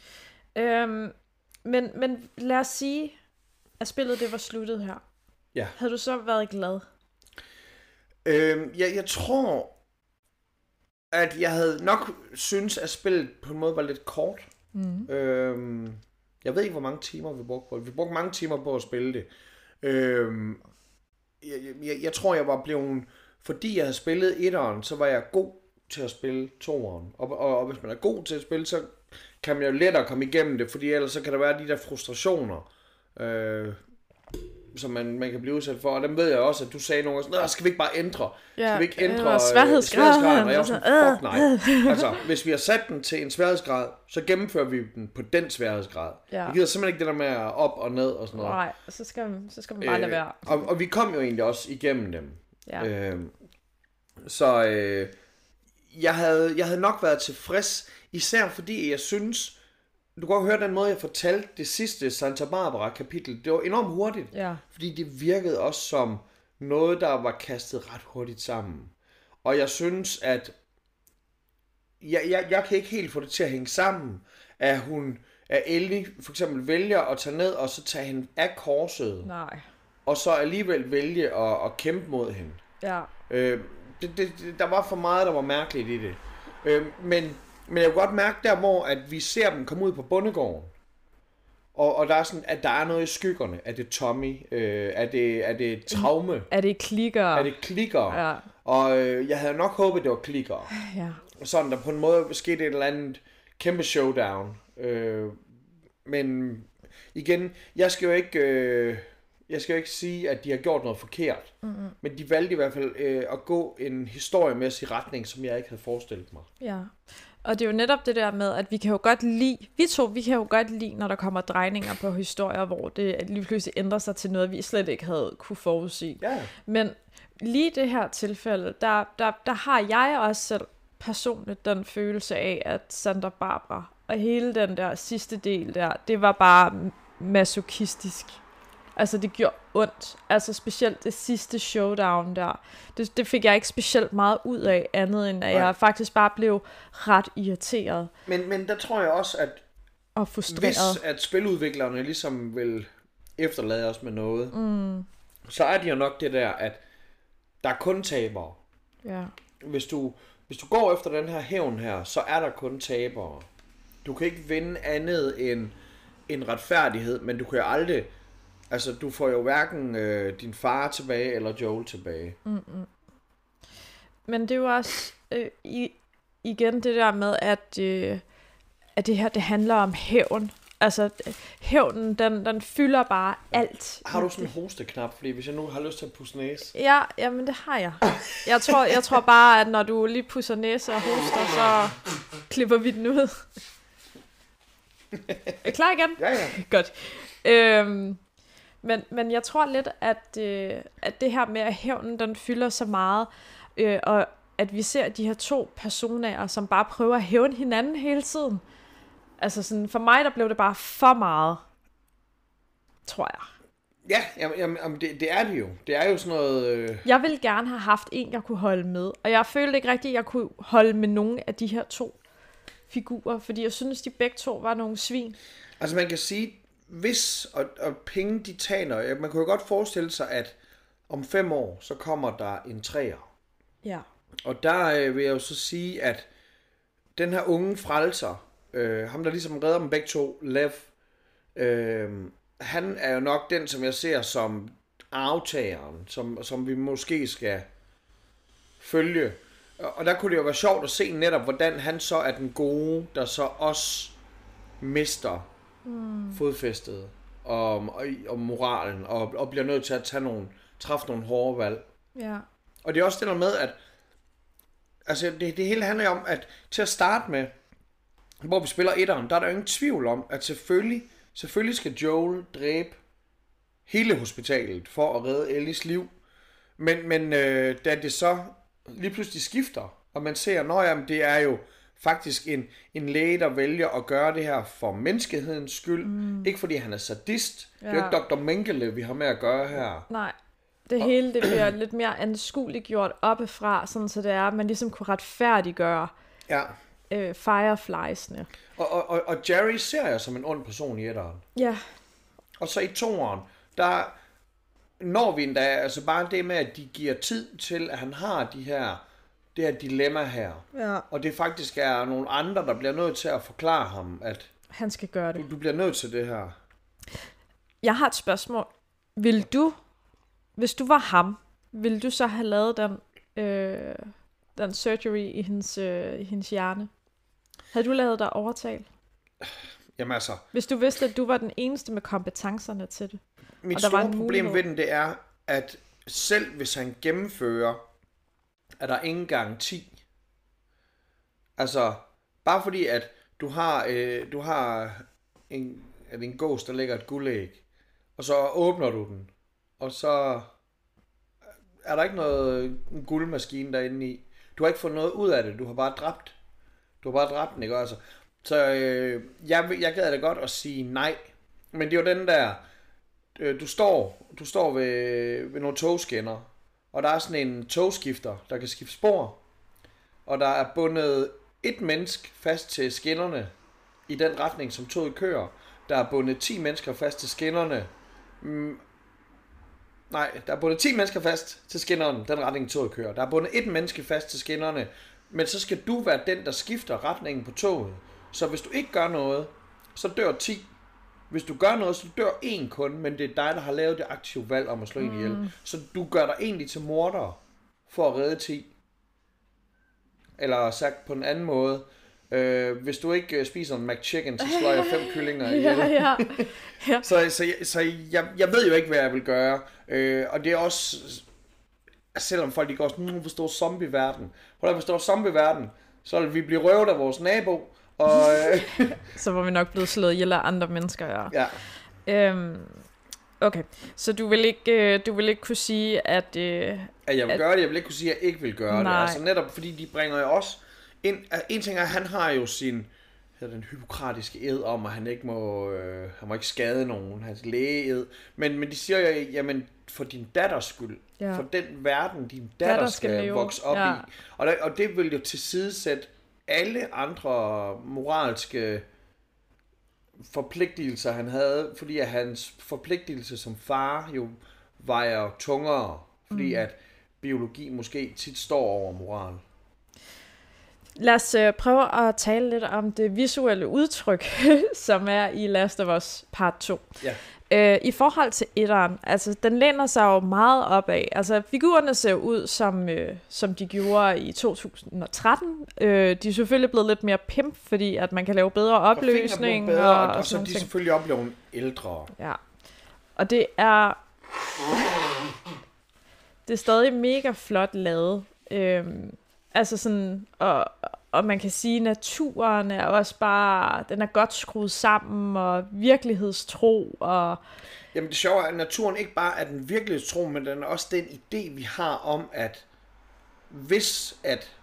A: Men lad os sige, at spillet det var sluttet her. Ja. Havde du så været glad?
B: Jeg tror, at jeg havde nok synes, at spillet på en måde var lidt kort. Jeg ved ikke, hvor mange timer vi brugte på det. Vi brugte mange timer på at spille det. Jeg tror, jeg var blevet... Fordi jeg havde spillet etteren, så var jeg god til at spille toeren. Og hvis man er god til at spille, så kan man jo lettere komme igennem det, fordi ellers så kan der være de der frustrationer, som man kan blive udsat for. Og dem ved jeg også, at du sagde nogle gange, skal vi ikke bare ændre? Skal vi ikke ændre sværhedsgraden? Og jeg var sådan, fuck nej. Altså, hvis vi har sat den til en sværhedsgrad, så gennemfører vi den på den sværhedsgrad. Jeg gider simpelthen ikke det der med op og ned og sådan noget.
A: Nej, så skal man bare lade være.
B: Og vi kom jo egentlig også igennem dem. Ja. Så jeg havde nok været tilfreds, især fordi jeg synes, du kan godt høre den måde, jeg fortalte det sidste Santa Barbara kapitel. Det var enormt hurtigt.
A: Ja.
B: Fordi det virkede også som noget, der var kastet ret hurtigt sammen. Og jeg synes, at jeg kan ikke helt få det til at hænge sammen, at Ellie for eksempel vælger at tage ned, og så tage hende af korset.
A: Nej.
B: Og så alligevel vælge at kæmpe mod hende.
A: Ja.
B: Der var for meget, der var mærkeligt i det. Men jeg kunne godt mærke der, hvor at vi ser dem komme ud på bondegården. Og der er sådan, at der er noget i skyggerne. Er det Tommy? Er det traume?
A: Er det klikker?
B: Ja. Og jeg havde nok håbet, det var klikker.
A: Ja.
B: Sådan, der på en måde skete et eller andet kæmpe showdown. Men igen, jeg skal jo ikke sige, at de har gjort noget forkert. Mm-hmm. Men de valgte i hvert fald at gå en historiemæssig retning, som jeg ikke havde forestillet mig.
A: Ja. Og det er jo netop det der med, at vi kan jo godt lide, når der kommer drejninger på historier, hvor det lige pludselig ændrer sig til noget, vi slet ikke havde kunne forudsige.
B: Ja.
A: Men lige det her tilfælde, der har jeg også selv personligt den følelse af, at Santa Barbara og hele den der sidste del der, det var bare masochistisk. Altså det gjorde ondt. Altså specielt det sidste showdown der. Det fik jeg ikke specielt meget ud af, andet end at jeg faktisk bare blev ret irriteret.
B: Men der tror jeg også, at
A: og frustreret.
B: Hvis at spiludviklerne ligesom vil efterlade os med noget, så er det jo nok det der, at der er kun tabere.
A: Ja.
B: Hvis du går efter den her hævn her, så er der kun tabere. Du kan ikke vinde andet end en retfærdighed, men du kan jo aldrig... Altså, du får jo hverken din far tilbage, eller Joel tilbage. Mm-mm.
A: Men det er jo også igen det der med, at det her, det handler om hævn. Altså, hævnen, den fylder bare alt.
B: Har du sådan en hosteknap? Fordi hvis jeg nu har lyst til at pusse næse...
A: Ja, jamen det har jeg. Jeg tror bare, at når du lige pusser næse og hoster, så klipper vi den ud. Er klar igen?
B: Ja.
A: Godt. Men jeg tror lidt, at det her med, at hævnen, den fylder så meget, og at vi ser de her to personer, som bare prøver at hævne hinanden hele tiden. Altså sådan, for mig, der blev det bare for meget, tror jeg.
B: Ja, jamen det er det jo. Det er jo sådan noget...
A: Jeg ville gerne have haft en, jeg kunne holde med, og jeg følte ikke rigtigt, at jeg kunne holde med nogen af de her to figurer, fordi jeg synes, de begge to var nogle svin.
B: Altså man kan sige, hvis og penge de taler, man kan jo godt forestille sig, at om 5 år, så kommer der en 3'er.
A: Ja.
B: Og der vil jeg jo så sige, at den her unge frelser, ham der ligesom redder dem begge to, Lev, han er jo nok den, som jeg ser som aftageren, som vi måske skal følge. Og der kunne det jo være sjovt at se netop, hvordan han så er den gode, der så også mister fodfæstet og moralen, og bliver nødt til at træffe nogle hårde valg.
A: Ja.
B: Og det er også det der med, at altså det hele handler jo om, at til at starte med, hvor vi spiller etteren, der er der jo ingen tvivl om, at selvfølgelig skal Joel dræbe hele hospitalet for at redde Ellies liv. Men da det så lige pludselig skifter, og man ser, at det er jo faktisk en læge, der vælger at gøre det her for menneskehedens skyld. Ikke fordi han er sadist. Ja. Det er jo ikke Dr. Mengele, vi har med at gøre her.
A: Nej. Det hele det bliver lidt mere anskueligt gjort oppefra, sådan så det er, at man ligesom kunne retfærdiggøre Fireflies'ne.
B: Og Jerry ser jeg som en ond person i etteren.
A: Ja.
B: Og så i toeren, der når vi endda, altså bare det med, at de giver tid til, at han har det her dilemma her.
A: Ja.
B: Og det faktisk er nogle andre, der bliver nødt til at forklare ham, at
A: han skal gøre det.
B: Du bliver nødt til det her.
A: Jeg har et spørgsmål. Vil du, hvis du var ham, ville du så have lavet den surgery i hendes hjerne? Havde du lavet dig overtale?
B: Jamen altså...
A: Hvis du vidste, at du var den eneste med kompetencerne til det.
B: Mit store problem ved den, det er, at selv hvis han gennemfører, er der ingen garanti. Altså, bare fordi, at du har en gås, der lægger et guldæg, og så åbner du den, og så er der ikke en guldmaskine derinde i. Du har ikke fået noget ud af det, du har bare dræbt den, ikke? Altså, Så jeg gad da godt at sige nej. Men det er jo den der, du står ved nogle togskinner, og der er sådan en togskifter, der kan skifte spor. Og der er bundet et menneske fast til skinnerne i den retning, som toget kører. Der er bundet 10 mennesker fast til skinnerne. Der er bundet 10 mennesker fast til skinnerne, den retning toget kører. Der er bundet et menneske fast til skinnerne, men så skal du være den, der skifter retningen på toget. Så hvis du ikke gør noget, så dør 10. Hvis du gør noget, så dør en kun, men det er dig, der har lavet det aktive valg om at slå en ihjel. Så du gør dig egentlig til morder for at redde 10. Eller sagt på en anden måde, hvis du ikke spiser en McChicken, så slår jeg 5 kyllinger ihjel.
A: Ja.
B: Så jeg ved jo ikke, hvad jeg vil gøre. Og det er også, selvom folk de går sådan, forstår zombie-verden. Prøv at forstå zombie-verden, så vil vi blive røvet af vores nabo. Og,
A: så var vi nok blevet slået ihjel af andre mennesker,
B: ja.
A: Okay, så du vil ikke kunne sige, at
B: jeg vil gøre det, jeg vil ikke kunne sige, at jeg ikke vil gøre det. Altså netop fordi de bringer jo også ind. En ting er, at han har jo sin den hypokratiske ed om, at han ikke må, han må ikke skade nogen, hans lægeed. Men de siger jo, jamen for din datters skyld, for den verden, din datter skal vokse op i. Og det vil jo tilsidesætte alle andre moralske forpligtelser, han havde, fordi at hans forpligtelse som far jo vejer tungere, fordi at biologi måske tit står over moral.
A: Lad os prøve at tale lidt om det visuelle udtryk, som er i Last of Us Part 2.
B: Ja.
A: I forhold til etteren, altså den læner sig jo meget opad. Altså figurerne ser ud som de gjorde i 2013. De er selvfølgelig blevet lidt mere pimp, fordi at man kan lave bedre opløsning.
B: Og så er de selvfølgelig oplevet ældre.
A: Ja. Og det er stadig mega flot lavet. Altså sådan, og man kan sige, at naturen er også bare, den er godt skruet sammen, og virkelighedstro, og...
B: Jamen det sjove er, at naturen ikke bare er den virkelighedstro, men den er også den idé, vi har om, at hvis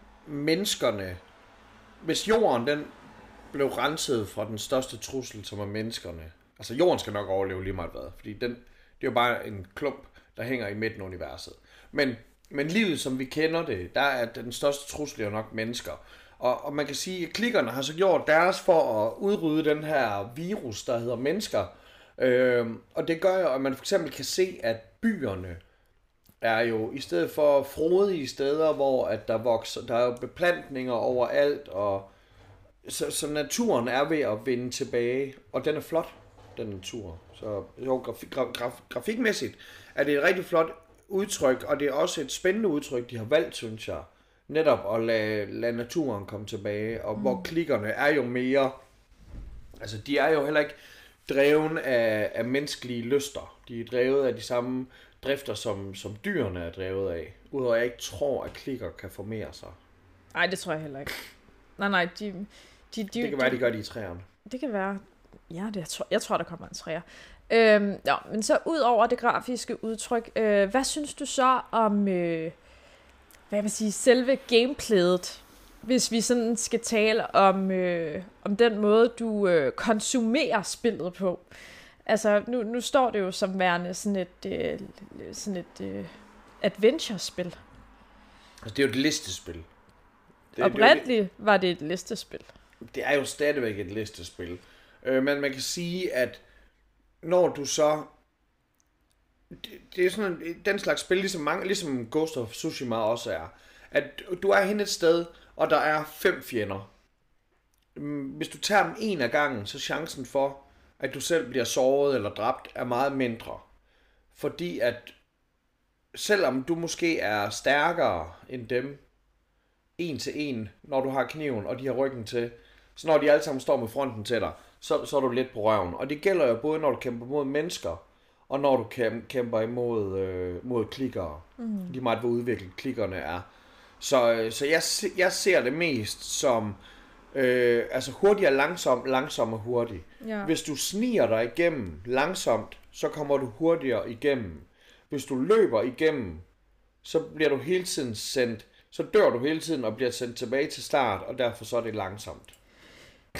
B: jorden, den blev renset fra den største trussel, som er menneskerne, altså jorden skal nok overleve lige meget hvad, fordi det er jo bare en klump, der hænger i midten af universet. Men livet, som vi kender det, der er den største trussel jo nok mennesker. Og man kan sige, at klikkerne har så gjort deres for at udrydde den her virus, der hedder mennesker. Og det gør jo, at man for eksempel kan se, at byerne er jo i stedet for frodige steder, hvor at der er jo beplantninger overalt, og så naturen er ved at vende tilbage, og den er flot, den natur. Så grafikmæssigt er det et rigtig flot udtryk, og det er også et spændende udtryk, de har valgt, synes jeg. Netop at lade naturen komme tilbage, og hvor klikkerne er jo mere, altså de er jo heller ikke dreven af menneskelige lyster. De er drevet af de samme drifter, som dyrene er drevet af. Udover at jeg ikke tror, at klikker kan formere sig.
A: Nej, det tror jeg heller ikke. Nej, det
B: kan være, de gør det i træerne.
A: Det kan være, ja, jeg tror, der kommer en træer. Men så ud over det grafiske udtryk, hvad synes du så om selve gameplayet, hvis vi sådan skal tale om den måde du konsumerer spillet på? Altså nu står det jo som værende sådan et adventure-spil.
B: Altså, det er jo et listespil.
A: Oprindeligt var det et listespil. Det
B: er jo stadigvæk et listespil. Men man kan sige, at når du så... Det er sådan den slags spil, ligesom Ghost of Tsushima også er. At du er hen et sted, og der er 5 fjender. Hvis du tager dem en af gangen, så chancen for, at du selv bliver såret eller dræbt, er meget mindre. Fordi at selvom du måske er stærkere end dem, en til en, når du har kniven, og de har ryggen til, så når de alle sammen står med fronten til dig, så er du lidt på røven. Og det gælder jo både, når du kæmper mod mennesker, og når du kæmper mod klikkere. Lige meget, hvor udviklet klikkerne er. Så jeg ser det mest som hurtig og langsom og hurtig.
A: Ja.
B: Hvis du sniger dig igennem langsomt, så kommer du hurtigere igennem. Hvis du løber igennem, så bliver du hele tiden så dør du hele tiden og bliver sendt tilbage til start, og derfor så er det langsomt.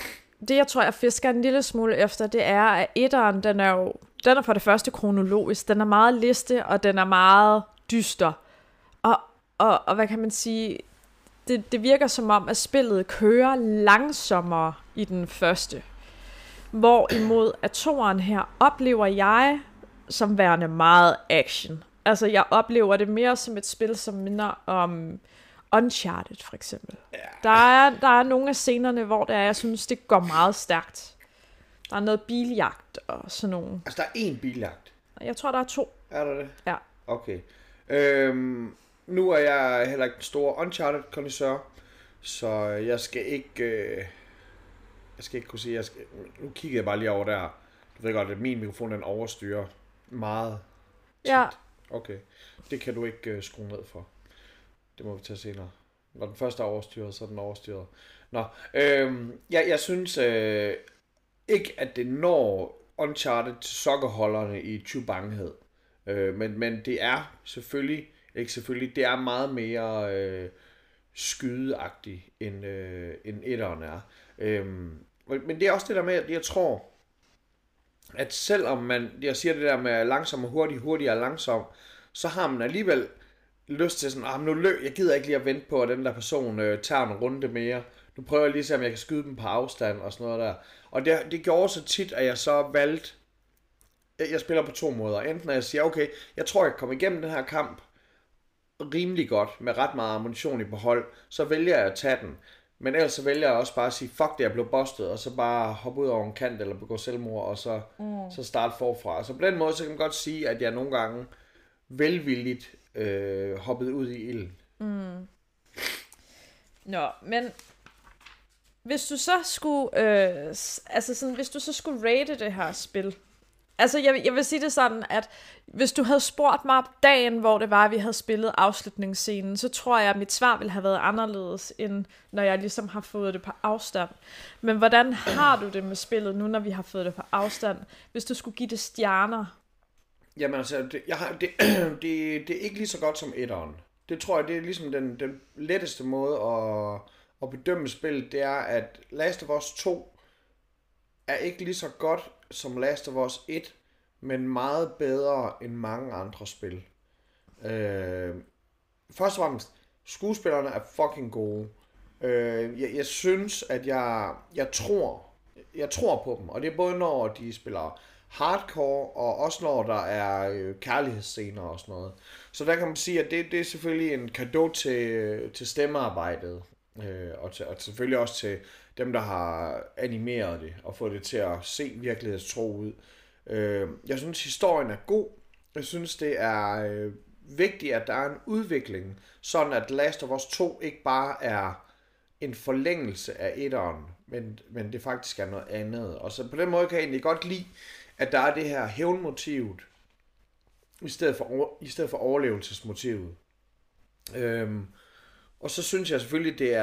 A: det jeg tror, jeg fisker en lille smule efter, det er, at etteren, den er for det første kronologisk, den er meget liste, og den er meget dyster. Og hvad kan man sige, det virker som om, at spillet kører langsommere i den første. Hvorimod at toeren her oplever jeg som værende meget action. Altså jeg oplever det mere som et spil, som minder om Uncharted for eksempel. Yeah. Der er nogle af scenerne, hvor jeg synes, det går meget stærkt. Der er noget biljagt og sådan nogle.
B: Altså der er én biljagt?
A: Jeg tror, der er 2.
B: Er der det?
A: Ja.
B: Okay. Nu er jeg heller ikke den store Uncharted-kondisseur, så jeg skal ikke kunne sige, nu kigger jeg bare lige over der. Du ved godt, at min mikrofon den overstyrer meget tit.
A: Ja.
B: Okay. Det kan du ikke skrue ned for. Det må vi tage senere. Når den første er overstyret, så er den overstyret. Nå, jeg synes ikke, at det når Uncharted til sokkerholderne i tjubanghed. Men det er selvfølgelig, det er meget mere skydeagtigt, end etteren er. Men det er også det der med, at jeg tror, at selvom jeg siger det der med langsom og hurtig og langsom, så har man alligevel lyst til sådan, jeg gider ikke lige at vente på, at den der person tager en runde mere. Nu prøver jeg lige at se, om jeg kan skyde dem på afstand og sådan noget der. Og det gjorde så tit, at jeg så valgte, jeg spiller på 2 måder. Enten at jeg siger, okay, jeg tror, jeg kan komme igennem den her kamp rimelig godt, med ret meget ammunition i behold, så vælger jeg at tage den. Men ellers så vælger jeg også bare at sige, fuck det, jeg blev bustet, og så bare hoppe ud over en kant, eller begå selvmord, og så starte forfra. Så på den måde, så kan man godt sige, at jeg nogle gange velvilligt hoppet ud i ilden.
A: Nå, men hvis du så skulle, hvis du så skulle rate det her spil, altså jeg vil sige det sådan, at hvis du havde spurgt mig dagen, hvor det var, at vi havde spillet afslutningsscenen, så tror jeg, at mit svar ville have været anderledes, end når jeg ligesom har fået det på afstand. Men hvordan har du det med spillet nu, når vi har fået det på afstand? Hvis du skulle give det stjerner?
B: Jamen altså, det er ikke lige så godt som etteren. Det tror jeg, det er ligesom den letteste måde at bedømme spillet, det er, at Last of Us 2 er ikke lige så godt som Last of Us 1, men meget bedre end mange andre spil. Først og fremmest, skuespillerne er fucking gode. Jeg synes, at jeg tror på dem, og det er både når de spiller hardcore, og også når der er kærlighedsscener og sådan noget. Så der kan man sige, at det er selvfølgelig en cadeau til stemmearbejdet, og selvfølgelig også til dem, der har animeret det, og fået det til at se virkelighedstro ud. Jeg synes, historien er god. Jeg synes, det er vigtigt, at der er en udvikling, sådan at Last of Us 2 ikke bare er en forlængelse af etteren, men det faktisk er noget andet. Og så på den måde kan jeg egentlig godt lide, at der er det her hævnmotivet, i stedet for overlevelsesmotivet. Og så synes jeg selvfølgelig, det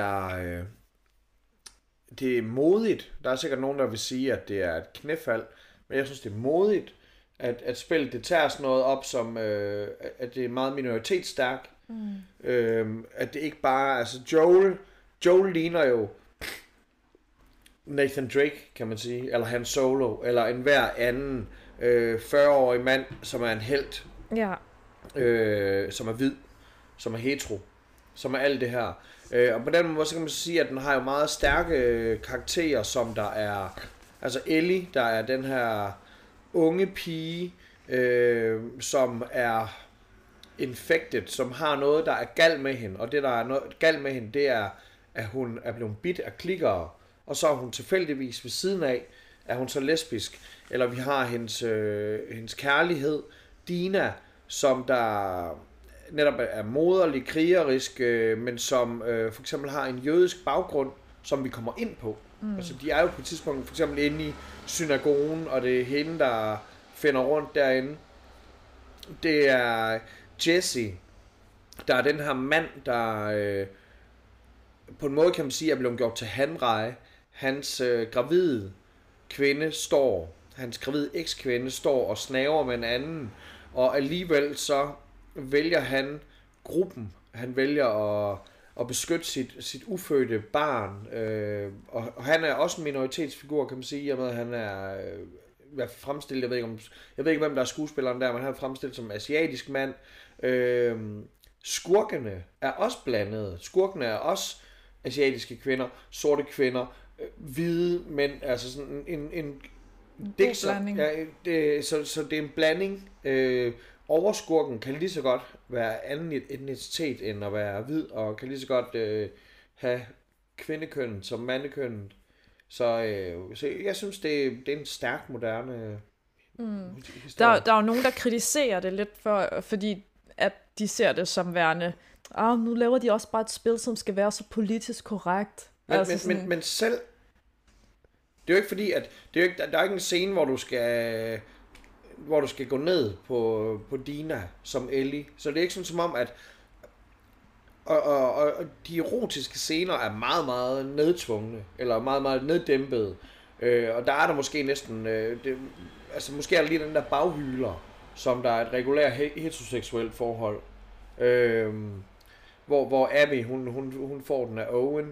B: er modigt. Der er sikkert nogen, der vil sige, at det er et knæfald, men jeg synes, det er modigt, at spillet det tager sådan noget op, som at det er meget minoritetsstærkt. At det ikke bare, altså Joel ligner jo Nathan Drake, kan man sige, eller Han Solo, eller enhver anden 40-årig mand, som er en helt, som er hvid, som er hetero, som er alt det her. Og på den måde, så kan man sige, at den har jo meget stærke karakterer, som der er, altså Ellie, der er den her unge pige, som er infected, som har noget, der er galt med hende, og det, der er noget galt med hende, det er, at hun er blevet bidt af klikkere, og så er hun tilfældigvis ved siden af, er hun så lesbisk, eller vi har hendes kærlighed, Dina, som der netop er moderlig, krigerisk, men som for eksempel har en jødisk baggrund, som vi kommer ind på. Altså de er jo på et tidspunkt for eksempel inde i synagogen, og det er hende, der finder rundt derinde. Det er Jesse, der er den her mand, der på en måde kan man sige, er blevet gjort til hanreje. Hans gravide kvinde står, hans gravide ekskvinde står og snaver med en anden, og alligevel så vælger han gruppen. Han vælger at beskytte sit ufødte barn. Og han er også en minoritetsfigur, kan man sige, i og med at han er fremstillet, jeg ved ikke, hvem der er skuespilleren der, men han er fremstillet som asiatisk mand. Skurkene er også blandede. Skurkene er også asiatiske kvinder, sorte kvinder, hvide mænd, altså sådan en
A: blanding.
B: Ja, så det er en blanding. Overskurken kan lige så godt være anden etnicitet end at være hvid, og kan lige så godt have kvindekønnet som mandekønnet. Så jeg synes, det er en stærk, moderne historie.
A: Der er jo nogen, der kritiserer det lidt, fordi at de ser det som værende, nu laver de også bare et spil, som skal være så politisk korrekt.
B: Men selv, det er jo ikke fordi, at der er ikke en scene, hvor du skal gå ned på Dina som Ellie. Så det er ikke sådan som om, at og de erotiske scener er meget, meget nedtvungne, eller meget, meget neddæmpede. Og der er der måske næsten, måske er der lige den der baghyler, som der er et regulært heteroseksuelt forhold. Hvor Abby, hun får den af Owen.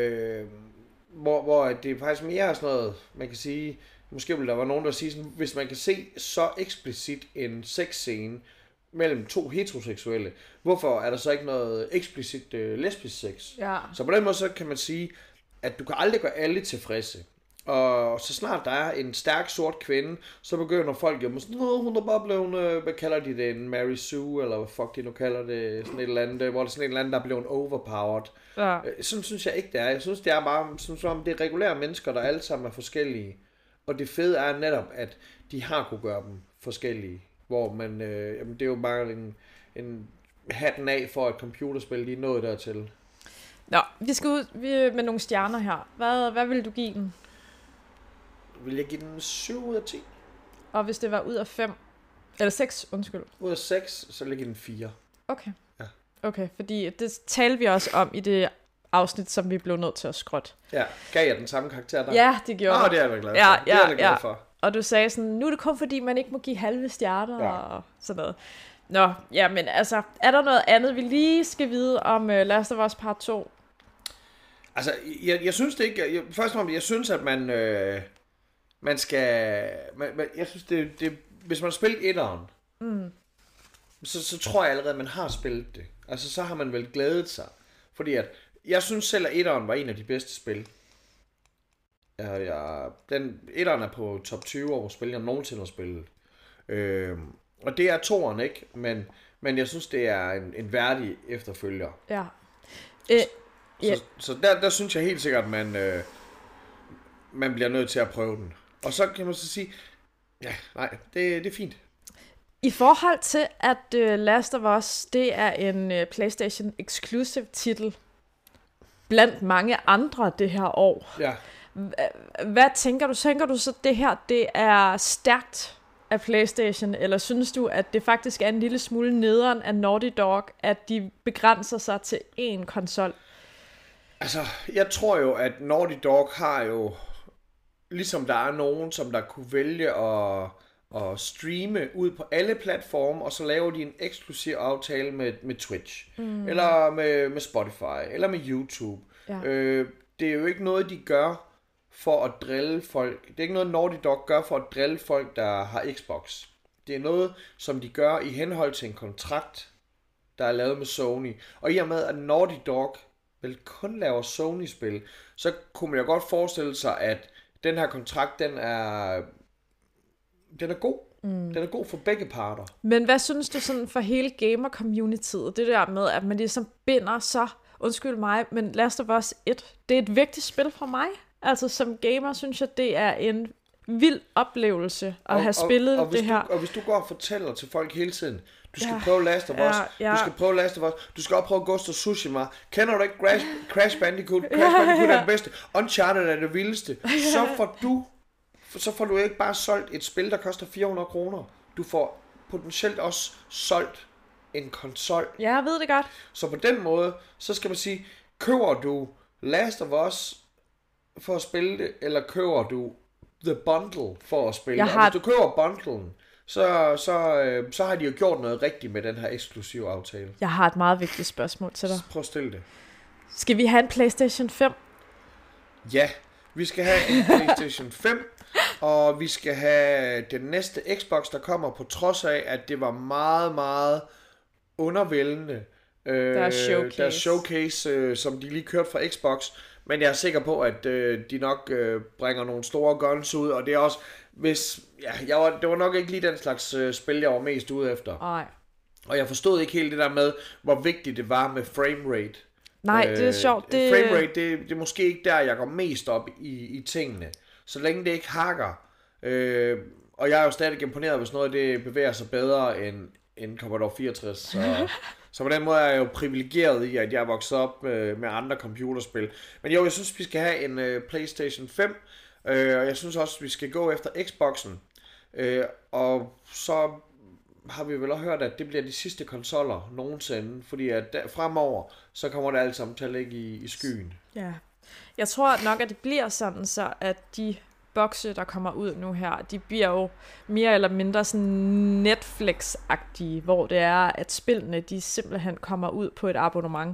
B: Hvor det er faktisk mere sådan noget, man kan sige, måske vil der være nogen, der siger sådan, hvis man kan se så eksplicit en sexscene mellem to heteroseksuelle, hvorfor er der så ikke noget eksplicit lesbisk sex?
A: Ja.
B: Så på den måde så kan man sige, at du kan aldrig gøre alle tilfredse. Og så snart der er en stærk sort kvinde, så begynder folk jo med sådan, hun er bare blevet, hvad kalder de det, en Mary Sue, eller hvad fuck de nu kalder det, sådan et eller andet, hvor det er sådan et eller andet, der er blevet overpowered.
A: Ja.
B: Sådan synes jeg ikke, det er. Jeg synes, det er bare, som det er regulære mennesker, der alle sammen er forskellige. Og det fede er netop, at de har kunne gøre dem forskellige. Hvor man, det er jo bare en hatten af for et computerspil, de er nået dertil.
A: Nå, vi skal ud med nogle stjerner her. Hvad vil du give den?
B: Vil jeg give den 7 ud af 10?
A: Og hvis det var ud af 5, eller 6, undskyld.
B: Ud af 6, så vil jeg give den 4.
A: Okay.
B: Ja.
A: Okay, fordi det talte vi også om i det afsnit, som vi blev nødt til at skrotte.
B: Ja, gav jeg den samme karakter der?
A: Ja, det gjorde
B: det er jeg glad for. Det er jeg glad for.
A: Og du sagde sådan, nu er det kun fordi, man ikke må give halve stjerner og sådan noget. Nå, ja, men altså, er der noget andet, vi lige skal vide om Last of Us Part 2?
B: Altså, jeg synes det ikke. Først og fremmest, jeg synes, at man skal... jeg synes, det hvis man har spillet etteren, så tror jeg allerede, at man har spillet det. Altså, så har man vel glædet sig. Fordi at, jeg synes selv, at etteren var en af de bedste spil. Etteren er på top 20 over spil, jeg nogensinde har spillet. Og det er toeren, ikke? Men jeg synes, det er en værdig efterfølger.
A: Ja.
B: Så der synes jeg helt sikkert, at man bliver nødt til at prøve den. Og så kan man så sige, det er fint.
A: I forhold til, at Last of Us, det er en PlayStation Exclusive titel, blandt mange andre det her år.
B: Ja.
A: Hvad tænker du? Tænker du så, det her, det er stærkt af PlayStation, eller synes du, at det faktisk er en lille smule nederen af Naughty Dog, at de begrænser sig til én konsol?
B: Altså, jeg tror jo, at Naughty Dog har jo, ligesom der er nogen, som der kunne vælge at streame ud på alle platforme, og så laver de en eksklusiv aftale med Twitch, eller med Spotify, eller med YouTube.
A: Ja.
B: Det er jo ikke noget, de gør for at drille folk. Det er ikke noget, Naughty Dog gør for at drille folk, der har Xbox. Det er noget, som de gør i henhold til en kontrakt, der er lavet med Sony. Og i og med, at Naughty Dog vel kun laver Sony-spil, så kunne man jo godt forestille sig, at den her kontrakt, den er god. Den er god for begge parter.
A: Men hvad synes du sådan for hele gamer-communityet? Det der med, at man ligesom binder så, undskyld mig, men Last of Us 1, det er et vigtigt spil for mig. Altså som gamer synes jeg, det er en vild oplevelse at have spillet det her.
B: Og hvis du går og fortæller til folk hele tiden, du skal prøve Last of Us, du skal prøve Last of Us, du skal også prøve Ghost of Tsushima, kender du ikke Crash Bandicoot? Crash Bandicoot er det bedste, Uncharted er det vildeste, så får du ikke bare solgt et spil, der koster 400 kroner. Du får potentielt også solgt en konsol.
A: Ja, jeg ved det godt.
B: Så på den måde, så skal man sige, køber du Last of Us for at spille det, eller køber du The Bundle for at spille det? Og hvis du køber bundlen, så har de jo gjort noget rigtigt med den her eksklusive aftale.
A: Jeg har et meget vigtigt spørgsmål til dig.
B: Prøv at stille det.
A: Skal vi have en PlayStation 5?
B: Ja, vi skal have en PlayStation 5, og vi skal have den næste Xbox, der kommer, på trods af, at det var meget, meget undervældende. Der er showcase, som de lige kørte fra Xbox, men jeg er sikker på, at de nok bringer nogle store guns ud, og det er også, det var nok ikke lige den slags spil, jeg var mest ude efter.
A: Nej.
B: Og jeg forstod ikke helt det der med, hvor vigtigt det var med framerate.
A: Nej, det er sjovt.
B: Framerate, det er måske ikke der, jeg går mest op i tingene. Så længe det ikke hakker. Og jeg er jo stadig imponeret, hvis noget af det bevæger sig bedre end Commodore 64. Så på den måde er jeg jo privilegeret i, at jeg er vokset op med andre computerspil. Men jo, jeg synes, vi skal have en PlayStation 5. Og jeg synes også, vi skal gå efter Xboxen. Og så har vi vel også hørt, at det bliver de sidste konsoller nogensinde. Fordi at fremover, så kommer det alt sammen til at ligge i skyen.
A: Ja. Jeg tror nok, at det bliver sådan, så at de bokse, der kommer ud nu her, de bliver jo mere eller mindre sådan Netflix-agtige, hvor det er, at spillene, de simpelthen kommer ud på et abonnement.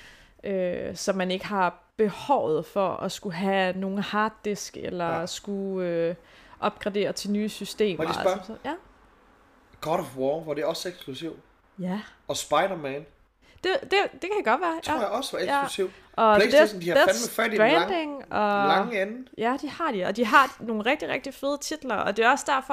A: Så man ikke har behovet for at skulle have nogle harddisk, eller skulle opgradere til nye systemer.
B: Må jeg spørge?
A: Altså, ja.
B: God of War, var det også eksklusiv?
A: Ja.
B: Og Spider-Man?
A: Det kan godt være.
B: Tror jeg også var eksklusiv.
A: Ja. Og
B: PlayStation, de har fandme fat i
A: den
B: lange ende.
A: Ja, de har de. Og de har nogle rigtig, rigtig fede titler. Og det er også derfor,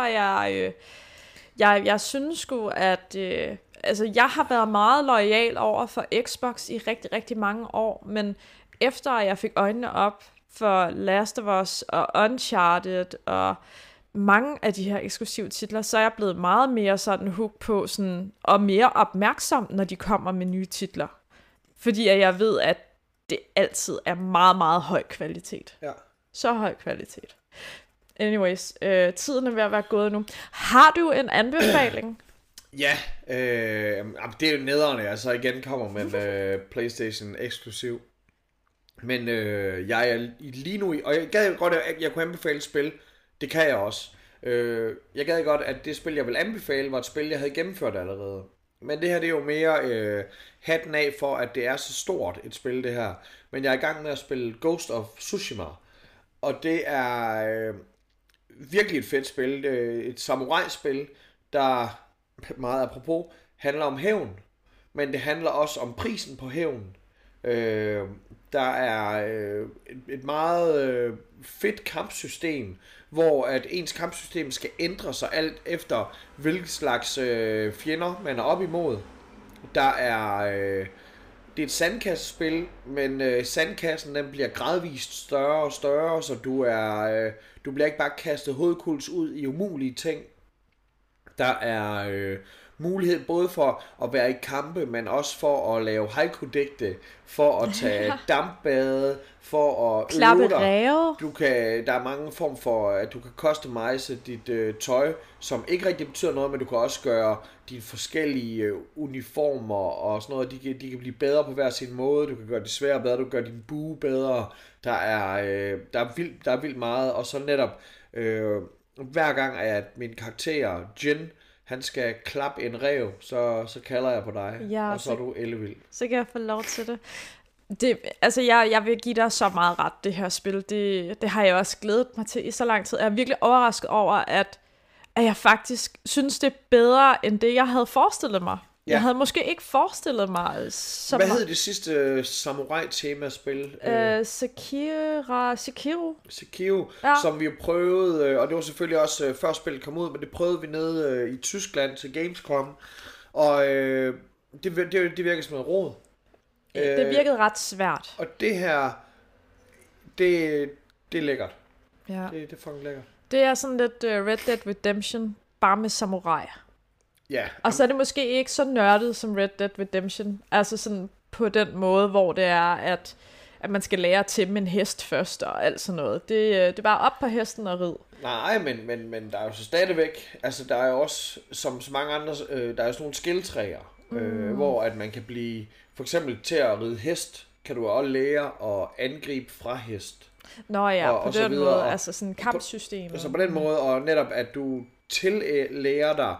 A: jeg synes sgu, at altså, jeg har været meget loyal over for Xbox i rigtig, rigtig mange år. Men efter jeg fik øjnene op for Last of Us og Uncharted og mange af de her eksklusive titler, så er jeg blevet meget mere sådan hooked på sådan, og mere opmærksom, når de kommer med nye titler. Fordi jeg ved, at det altid er meget, meget høj kvalitet. Ja. Så høj kvalitet. Anyways, tiden er ved at være gået nu. Har du en anbefaling?
B: Ja, det er jo nederne, altså igen kommer med PlayStation eksklusiv. Men jeg er lige nu og jeg gad godt, at jeg kunne anbefale et spil. Det kan jeg også. Jeg gad godt, at det spil, jeg vil anbefale, var et spil, jeg havde gennemført allerede. Men det her, det er jo mere hatten af for, at det er så stort et spil, det her. Men jeg er i gang med at spille Ghost of Tsushima. Og det er virkelig et fedt spil. Et samurai-spil, der meget apropos handler om hævn. Men det handler også om prisen på hævn. Der er et meget fedt kampsystem, hvor at ens kampsystem skal ændre sig alt efter, hvilke slags fjender man er op imod. Der er det er et sandkassespil, men sandkassen den bliver gradvist større og større, så du bliver ikke bare kastet hovedkuls ud i umulige ting. Der er mulighed både for at være i kampe, men også for at lave haiku-digte, for at tage dampbade, for at
A: klappe ræve.
B: Der er mange form for, at du kan customize dit tøj, som ikke rigtig betyder noget, men du kan også gøre dine forskellige uniformer og sådan noget, de kan blive bedre på hver sin måde. Du kan gøre det svære bedre, du kan gøre din bue bedre. Der er vildt meget, og så netop hver gang at min karakter Jin, han skal klappe en ræv, så kalder jeg på dig, og så er du ellevild.
A: Så kan jeg få lov til det. Altså, jeg vil give dig så meget ret, det her spil. Det har jeg også glædet mig til i så lang tid. Jeg er virkelig overrasket over, at jeg faktisk synes, det er bedre, end det, jeg havde forestillet mig. Ja. Jeg havde måske ikke forestillet mig så
B: Hvad hed det sidste samurai-tema-spil? Sekiro, ja. Som vi prøvede, og det var selvfølgelig også før spillet kom ud, men det prøvede vi nede i Tyskland til Gamescom, og det virkede som noget rod.
A: Det virkede ret svært.
B: Og det her, det er lækkert.
A: Ja.
B: Det er fucking lækkert.
A: Det er sådan lidt Red Dead Redemption, bare med samurai.
B: Ja.
A: Og så er det måske ikke så nørdet som Red Dead Redemption. Altså sådan på den måde, hvor det er, at man skal lære at tæmme en hest først og alt sådan noget. Det er bare op på hesten og rid.
B: Nej, men der er jo så stadigvæk, altså der er jo også, som så mange andre, der er jo sådan nogle skilltræer, hvor at man kan blive, for eksempel til at ride hest, kan du også lære at angribe fra hest.
A: Nå ja, på den måde, altså sådan et kampsystem.
B: Så på den måde, og netop at du tillærer dig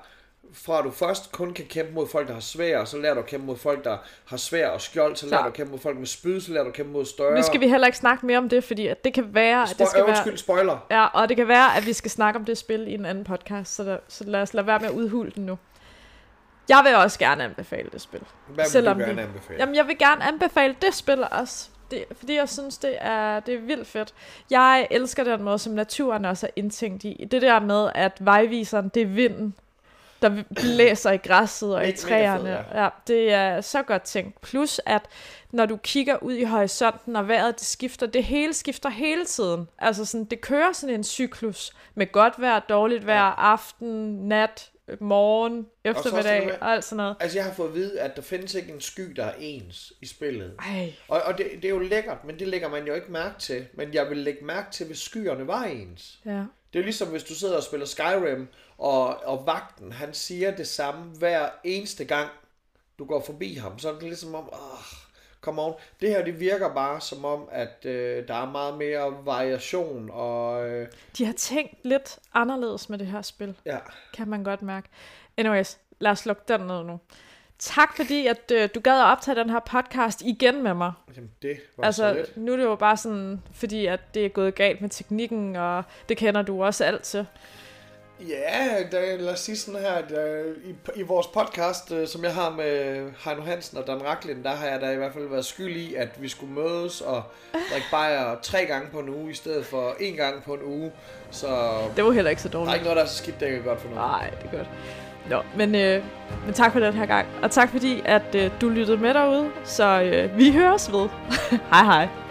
B: fra at du først kun kan kæmpe mod folk, der har svær, og så lærer du at kæmpe mod folk, der har svær og skjold, så lærer du at kæmpe mod folk med spyd, så lærer du at kæmpe mod større.
A: Nu skal vi heller ikke snakke mere om det, fordi at det kan være, at det skal
B: være... spoiler.
A: Ja, og det kan være, at vi skal snakke om det spil i en anden podcast, så lad os lade være med at udhule den nu. Jeg vil også gerne anbefale det spil.
B: Hvad vil du gerne anbefale?
A: Jamen, jeg vil gerne anbefale det spil også. Fordi jeg synes, det er vildt fedt. Jeg elsker den måde, som naturen også er indtænkt i. Det der med, at vejviseren, det er vinden, der blæser i græsset og i træerne. Ja, det er så godt tænkt. Plus, at når du kigger ud i horisonten, og vejret det skifter, det hele skifter hele tiden. Altså sådan, det kører sådan en cyklus med godt vejr, dårligt vejr, aften, nat, morgen, eftermiddag og alt sådan noget.
B: Altså jeg har fået at vide, at der findes ikke en sky, der er ens i spillet.
A: Ej.
B: Og det er jo lækkert, men det lægger man jo ikke mærke til. Men jeg vil lægge mærke til, hvis skyerne var ens.
A: Ja.
B: Det er jo ligesom, hvis du sidder og spiller Skyrim, og vagten, han siger det samme hver eneste gang, du går forbi ham. Så er det ligesom om, come on. Det her, det virker bare som om, at der er meget mere variation. Og
A: de har tænkt lidt anderledes med det her spil.
B: Ja.
A: Kan man godt mærke. Anyways, lad os lukke den ned nu. Tak fordi, at du gad at optage den her podcast igen med mig.
B: Jamen, det var
A: altså,
B: så lidt.
A: Nu er det jo bare sådan, fordi at det er gået galt med teknikken, og det kender du også alt til.
B: Ja, lad os sige sådan her, at i vores podcast, som jeg har med Heino Hansen og Dan Racklin, der har jeg da i hvert fald været skyld i, at vi skulle mødes og drikke bajer 3 gange på en uge, i stedet for 1 gang på en uge. Så
A: det var heller ikke så dårligt.
B: Der er ikke noget, der er så skidt, det er godt for noget.
A: Nej, det er godt. Nå, men tak for den her gang, og tak fordi, at du lyttede med derude, så vi høres ved. Hej hej.